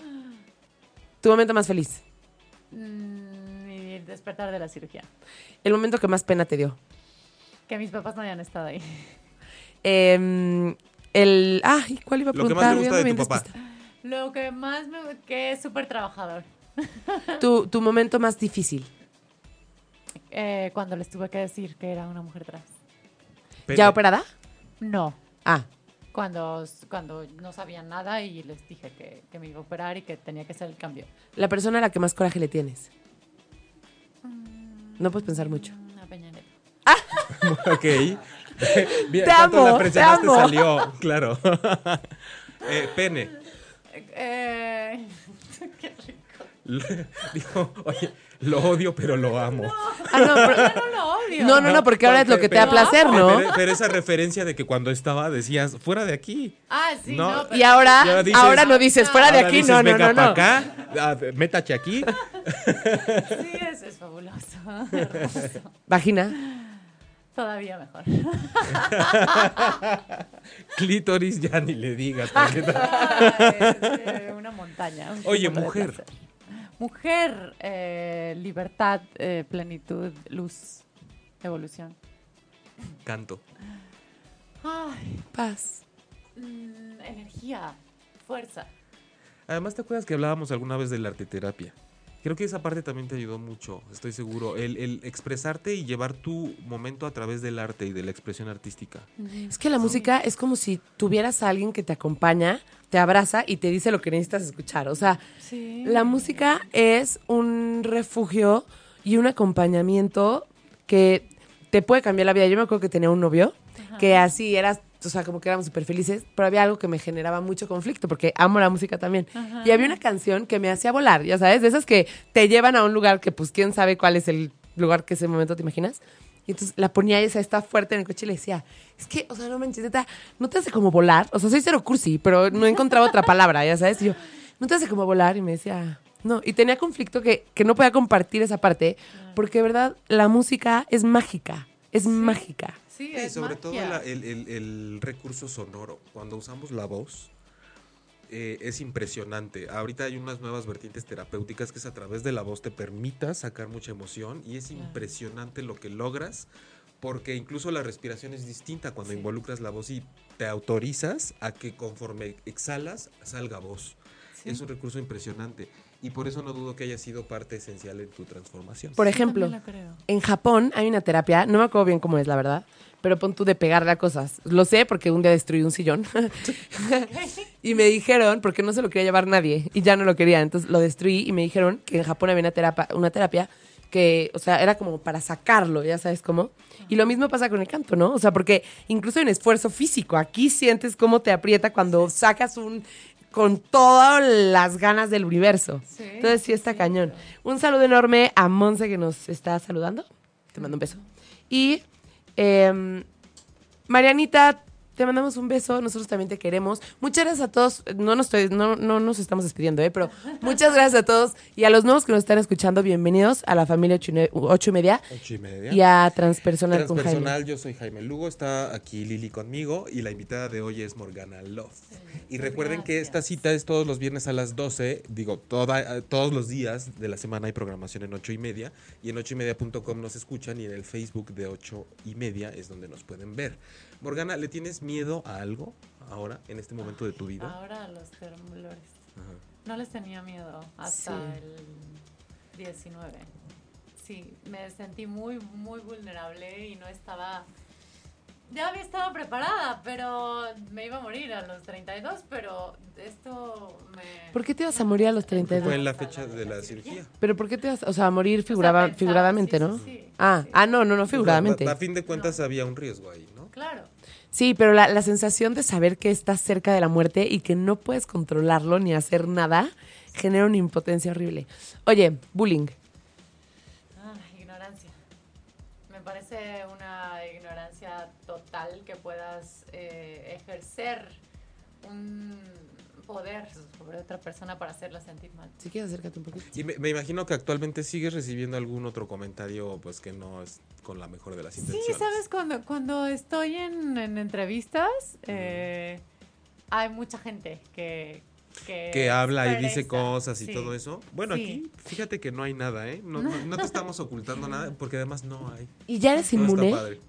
¿Tu momento más feliz? Mi despertar de la cirugía. ¿El momento que más pena te dio? Que mis papás no hayan estado ahí. ¿Cuál iba a preguntar? Lo que más te gusta de tu papá. Lo que más que es súper trabajador. ¿Tu momento más difícil? Cuando les tuve que decir que era una mujer trans. ¿Ya operada? No. Ah. Cuando no sabían nada y les dije que me iba a operar y que tenía que hacer el cambio. ¿La persona a la que más coraje le tienes? No puedes pensar mucho. A Peña Nieto. Ok. Bien, te amo, la presionaste salió, claro. Pene. Qué rico. Dijo, oye, lo odio, pero lo amo. No, pero no lo odio. No, porque ahora es lo que te da placer, ¿no? Pero esa referencia de que cuando estaba decías, fuera de aquí. Ah, sí, no. Y ahora no dices, fuera de aquí, dices, no. Venga para acá, métache aquí. Sí, eso es fabuloso. Vagina. Todavía mejor. Clítoris ya ni le digas. Una montaña. Oye, símbolo de mujer. placer. Mujer, libertad, plenitud, luz, evolución. Canto. Ay, Paz. energía, fuerza. Además, ¿te acuerdas que hablábamos alguna vez de la arteterapia? Creo que esa parte también te ayudó mucho, estoy seguro. El expresarte y llevar tu momento a través del arte y de la expresión artística. Es que la música es como si tuvieras a alguien que te acompaña, te abraza y te dice lo que necesitas escuchar. O sea, Sí. la música es un refugio y un acompañamiento que te puede cambiar la vida. Yo me acuerdo que tenía un novio que así era, o sea, como que éramos súper felices, pero había algo que me generaba mucho conflicto porque amo la música también. Y había una canción que me hacía volar, ya sabes, de esas que te llevan a un lugar que pues quién sabe cuál es el lugar que ese momento te imaginas. Y entonces la ponía y esa está fuerte en el coche y le decía, es que, o sea, no manches, neta, no te hace como volar. O sea, soy cero cursi, pero no he encontrado otra palabra, ya sabes. Y yo, no te hace como volar. Y me decía, no. Y tenía conflicto que no podía compartir esa parte porque, de verdad, la música es mágica. Es mágica. Sí, Sí, es sobre magia. todo el recurso sonoro. Cuando usamos la voz, es impresionante. Ahorita hay unas nuevas vertientes terapéuticas que es a través de la voz te permita sacar mucha emoción y es impresionante lo que logras porque incluso la respiración es distinta cuando involucras la voz y te autorizas a que conforme exhalas salga voz. Sí. Es un recurso impresionante y por eso no dudo que haya sido parte esencial en tu transformación. Por Sí, ejemplo, también lo creo. en Japón hay una terapia, no me acuerdo bien cómo es, la verdad, pero pon tú de pegarle a cosas. Lo sé porque un día destruí un sillón y me dijeron, porque no se lo quería llevar nadie y ya no lo quería, entonces lo destruí y me dijeron que en Japón había una terapia que, o sea, era como para sacarlo, ya sabes cómo. Y lo mismo pasa con el canto, ¿no? O sea, porque incluso en esfuerzo físico, aquí sientes cómo te aprieta cuando sacas con todas las ganas del universo. Sí, Entonces sí está cañón. Un saludo enorme a Monse que nos está saludando. Te mando un beso. Y Marianita, te mandamos un beso. Nosotros también te queremos. Muchas gracias a todos. No nos estamos despidiendo, pero muchas gracias a todos. Y a los nuevos que nos están escuchando, bienvenidos a la familia 8:30 8:30. y a Transpersonal con Jaime. Transpersonal, yo soy Jaime Lugo, está aquí Lili conmigo y la invitada de hoy es Morgana Love. Y recuerden que esta cita es todos los viernes a las 12, digo, todos los días de la semana hay programación en 8:30 y en 8:30.com nos escuchan y en el Facebook de 8:30 es donde nos pueden ver. Morgana, ¿le tienes miedo a algo ahora, en este momento de tu vida? Ahora los temblores. Ajá. No les tenía miedo hasta Sí. el 19. Sí, me sentí muy, muy vulnerable y no estaba... Ya había estado preparada, pero me iba a morir a los 32, pero esto me... ¿Por qué te vas a morir a los 32? Fue en la fecha de la cirugía. ¿Pero por qué te vas, o sea, a morir pensaba, figuradamente, sí, ¿no? sí, sí, Ah, sí. no, figuradamente. A fin de cuentas había un riesgo ahí, ¿no? Claro. Sí, pero la sensación de saber que estás cerca de la muerte y que no puedes controlarlo ni hacer nada genera una impotencia horrible. Oye, bullying. Ignorancia. Me parece una ignorancia total que puedas ejercer un poder sobre otra persona para hacerla sentir mal. Si quieres, acércate un poquito. Y me imagino que actualmente sigues recibiendo algún otro comentario pues que no es con la mejor de las Sí, intenciones. ¿sabes? Cuando estoy en entrevistas, hay mucha gente que habla y dice expresa. cosas y Sí. todo eso. Bueno, Sí. aquí fíjate que no hay nada, ¿eh? No te estamos ocultando nada porque además no hay. ¿Y ya eres Todo inmune? está padre.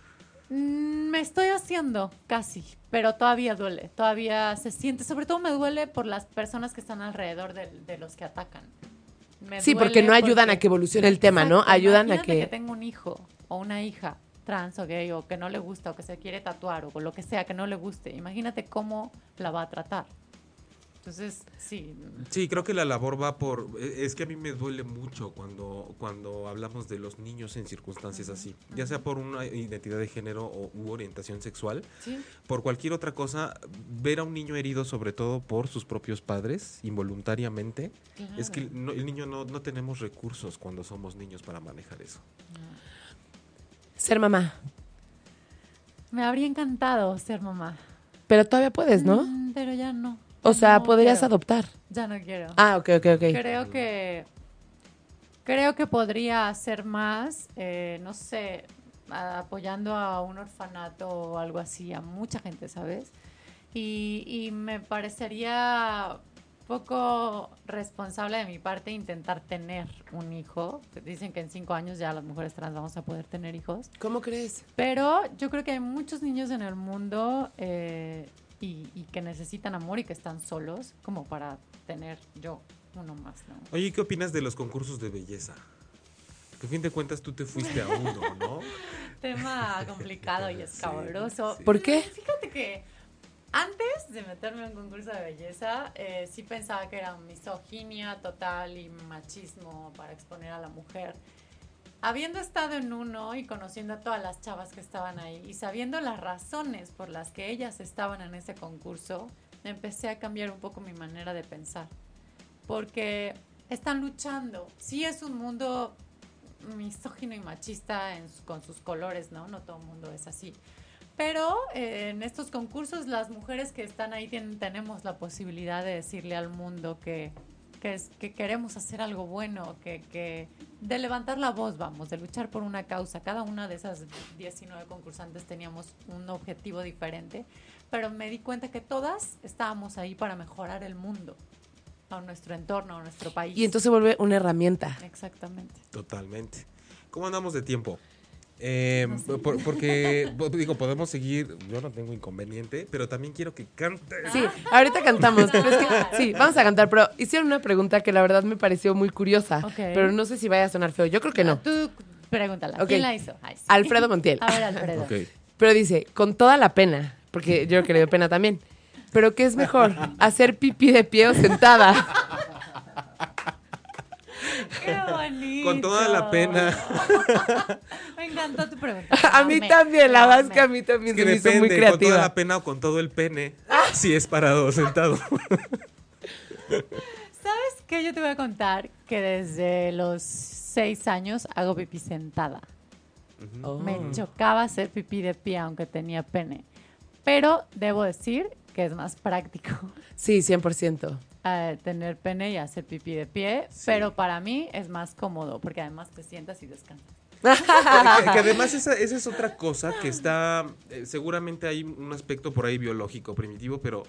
Me estoy haciendo casi, pero todavía duele, todavía se siente, sobre todo me duele por las personas que están alrededor de los que atacan. Me Sí, duele porque no ayudan porque- a que evolucione el tema, ¿no? Exacto, Ayudan a imagínate que... tengo un hijo o una hija trans o gay o que no le gusta o que se quiere tatuar o lo que sea que no le guste. Imagínate cómo la va a tratar. Entonces, sí. Sí, creo que la labor va por... Es que a mí me duele mucho cuando hablamos de los niños en circunstancias así. Ya sea por una identidad de género u orientación sexual. Sí. Por cualquier otra cosa, ver a un niño herido, sobre todo por sus propios padres, involuntariamente, Claro. es que el niño no tenemos recursos cuando somos niños para manejar eso. Ser mamá. Me habría encantado ser mamá. Pero todavía puedes, ¿no? Pero ya no. O Ya sea, no podrías quiero. adoptar. Ya no quiero. Ah, ok. Creo que podría hacer más, no sé, apoyando a un orfanato o algo así, a mucha gente, ¿sabes? Y me parecería poco responsable de mi parte intentar tener un hijo. Dicen que en 5 años ya las mujeres trans vamos a poder tener hijos. ¿Cómo crees? Pero yo creo que hay muchos niños en el mundo y que necesitan amor y que están solos como para tener yo uno más, ¿no? Oye, ¿qué opinas de los concursos de belleza? Que a fin de cuentas tú te fuiste a uno, ¿no? Tema complicado y escabroso. sí. ¿Por qué? Fíjate que antes de meterme en un concurso de belleza, sí pensaba que era misoginia total y machismo para exponer a la mujer. Habiendo estado en uno y conociendo a todas las chavas que estaban ahí y sabiendo las razones por las que ellas estaban en ese concurso, empecé a cambiar un poco mi manera de pensar. Porque están luchando. Sí es un mundo misógino y machista con sus colores, ¿no? No todo el mundo es así. Pero en estos concursos las mujeres que están ahí tenemos la posibilidad de decirle al mundo que queremos hacer algo bueno, de levantar la voz, vamos, de luchar por una causa. Cada una de esas 19 concursantes teníamos un objetivo diferente, pero me di cuenta que todas estábamos ahí para mejorar el mundo, a nuestro entorno, a nuestro país. Y entonces se vuelve una herramienta. Exactamente. Totalmente. ¿Cómo andamos de tiempo? No sé. Porque, digo, podemos seguir, yo no tengo inconveniente, pero también quiero que cante. Sí, ahorita cantamos. Pero es que, sí, vamos a cantar, pero hicieron una pregunta que la verdad me pareció muy curiosa, Ok. pero no sé si vaya a sonar feo. Yo creo que no. Tú pregúntala. Ok. ¿Quién la hizo? Ay, sí. Alfredo Montiel. A ver, Alfredo. Ok. Pero dice, con toda la pena, porque yo creo que le dio pena también. Pero ¿qué es mejor? ¿Hacer pipí de pie o sentada? ¡Qué bonito! Con toda la pena. Me encantó tu pregunta. A mí también, la verdad es que a mí también Es que se me hizo muy depende, con toda la creativa. pena o con todo el pene. Si es parado o sentado. ¿Sabes qué? Yo te voy a contar que desde los 6 años hago pipí sentada. Oh. Me chocaba hacer pipí de pie aunque tenía pene. Pero debo decir que es más práctico Sí, 100%. tener pene y hacer pipí de pie. Pero para mí es más cómodo porque además te sientas y descansas. Que además esa es otra cosa que está, seguramente hay un aspecto por ahí biológico, primitivo, pero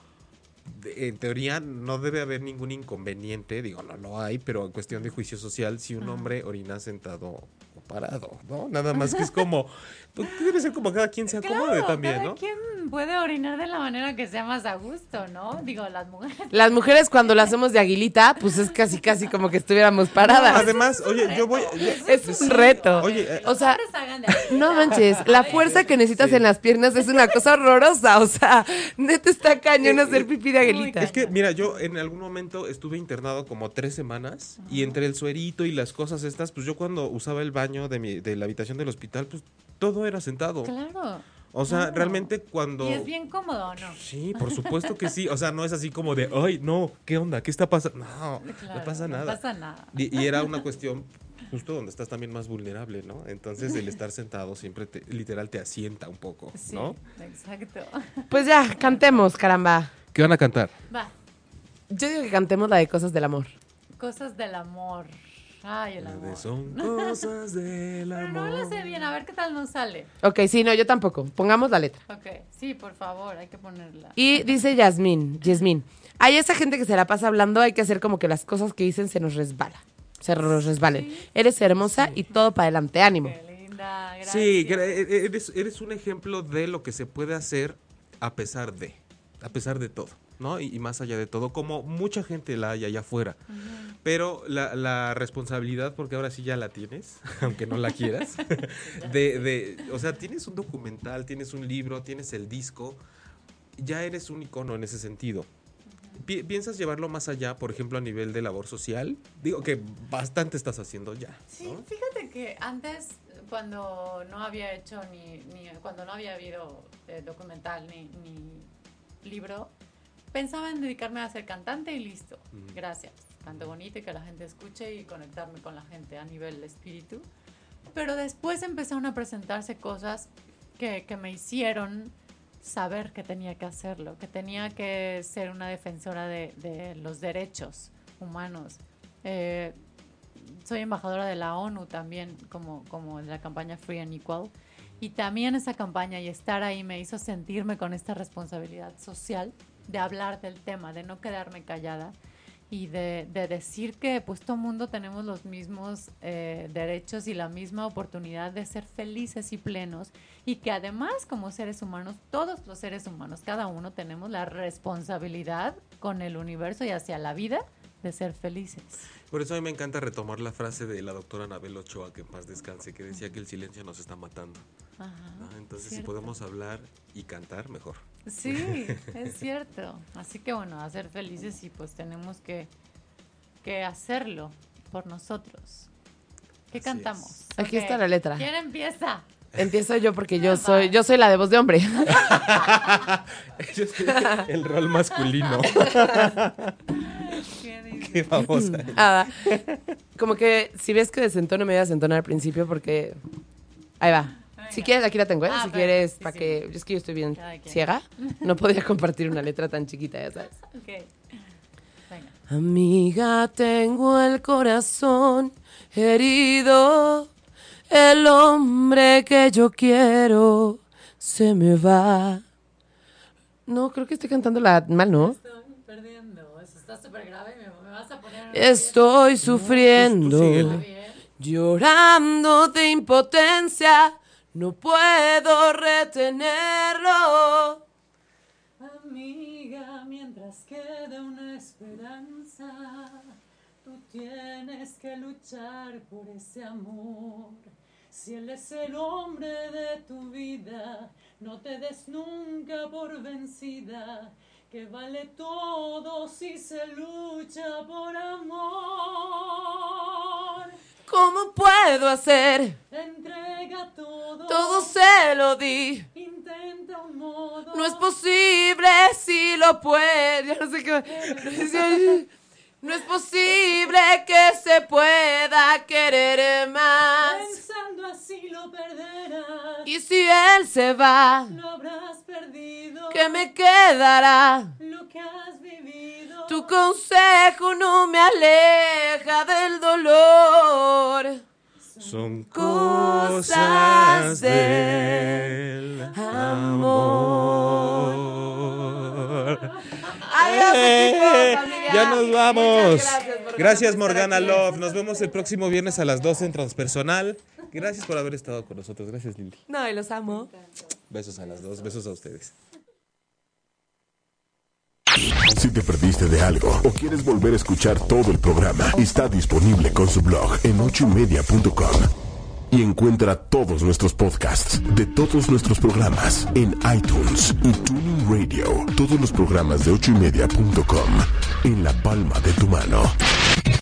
en teoría no debe haber ningún inconveniente, digo, no lo hay, pero en cuestión de juicio social, si un hombre orina sentado o parado, ¿no? Nada más que es como, pues, debe ser como cada quien se acomode también, cada ¿no? quien puede orinar de la manera que sea más a gusto, ¿no? Digo, las mujeres. Las mujeres cuando lo hacemos de aguilita, pues es casi como que estuviéramos paradas. Además, oye, yo voy... Es un reto. Oye, O sea, Hombres hagan de ahí. no manches, la fuerza que necesitas Sí. en las piernas es una cosa horrorosa. O sea, neta está cañón hacer pipí de aguilita. es que, mira, yo en algún momento estuve internado como 3 semanas y entre el suerito y las cosas estas, pues yo cuando usaba el baño de la habitación del hospital, pues todo era sentado. Claro. O sea, claro. realmente cuando... Y es bien cómodo, ¿no? Sí, por supuesto que sí. O sea, no es así como de, ay, no, ¿qué onda? ¿Qué está pasando? No, Claro, no pasa nada. No pasa nada. Y era una cuestión justo donde estás también más vulnerable, ¿no? Entonces el estar sentado siempre literal te asienta un poco, Sí, ¿no? exacto. Pues ya, cantemos, caramba. ¿Qué van a cantar? Va, Yo digo que cantemos la de cosas del amor. cosas del amor. Ay, el amor. Son cosas del Pero no lo sé bien, a ver qué tal nos sale. Ok, sí, no, yo tampoco. Pongamos la letra. Ok, sí, por favor, hay que ponerla. Y dice Yasmín, hay esa gente que se la pasa hablando, hay que hacer como que las cosas que dicen se nos resbalen. Sí. Eres hermosa y todo para adelante, ánimo. Qué linda, gracias. Sí, eres un ejemplo de lo que se puede hacer a pesar de todo, ¿no? Y más allá de todo, como mucha gente la hay allá afuera. Pero la responsabilidad, porque ahora sí ya la tienes, aunque no la quieras, o sea, tienes un documental, tienes un libro, tienes el disco, ya eres un icono en ese sentido. ¿Piensas llevarlo más allá, por ejemplo, a nivel de labor social? Digo que bastante estás haciendo ya, Sí, ¿no? fíjate que antes, cuando no había hecho cuando no había habido documental ni libro, pensaba en dedicarme a ser cantante y listo. Gracias. Canto bonito y que la gente escuche y conectarme con la gente a nivel espíritu. Pero después empezaron a presentarse cosas que me hicieron saber que tenía que hacerlo, que tenía que ser una defensora de los derechos humanos. Soy embajadora de la ONU también, como de la campaña Free and Equal. Y también esa campaña y estar ahí me hizo sentirme con esta responsabilidad social de hablar del tema, de no quedarme callada y de decir que pues todo mundo tenemos los mismos derechos y la misma oportunidad de ser felices y plenos, y que además como seres humanos, todos los seres humanos, cada uno tenemos la responsabilidad con el universo y hacia la vida de ser felices. Por eso a mí me encanta retomar la frase de la doctora Anabel Ochoa, que en paz descanse, que decía que el silencio nos está matando. Ajá, Entonces, cierto. si podemos hablar y cantar, mejor. Sí, es cierto. Así que bueno, a ser felices y pues tenemos que hacerlo por nosotros. ¿Qué Así cantamos? es. Aquí Ok. está la letra. ¿Quién empieza? Empiezo yo porque yo soy la de voz de hombre. Yo estoy el rol masculino. ¿Qué dice? Qué famosa. Como que si ves que desentono, me voy a desentonar al principio porque... Ahí va. Si quieres, aquí la tengo, ¿eh? Si perfecto, quieres, sí, para sí. que... Es que yo estoy bien Cada quien. ciega. No podía compartir una letra tan chiquita, ya sabes. Ok. Venga. Amiga, tengo el corazón herido. El hombre que yo quiero se me va. No, creo que estoy cantando la mal, ¿no? Estoy perdiendo. Eso está súper grave. Me vas a poner... Estoy sufriendo, tú Está síguele. bien. llorando de impotencia. No puedo retenerlo. Amiga, mientras quede una esperanza, tú tienes que luchar por ese amor. Si él es el hombre de tu vida, no te des nunca por vencida, que vale todo si se lucha por amor. ¿Cómo puedo hacer? Entrega todo, Todo se lo di. intenta un modo. No es posible si lo puede. Ya no sé qué. No es posible que se pueda querer más. Pensando así lo perderás. Y si él se va, Lo habrás perdido. ¿qué me quedará? Lo que has vivido. Tu consejo no me aleja del dolor. Son Cosas cosas del amor. Adiós, equipo, familia. Ya nos vamos. Muchas gracias por Gracias, estar Morgana aquí. Love. Nos vemos el próximo viernes a las 12 en Transpersonal. Gracias por haber estado con nosotros. Gracias, Lili. No, y los amo. Besos a las dos. Besos a ustedes. Si te perdiste de algo o quieres volver a escuchar todo el programa, está disponible con su blog en 8ymedia.com. Y encuentra todos nuestros podcasts de todos nuestros programas en iTunes y Tuning Radio. Todos los programas de 8ymedia.com en la palma de tu mano.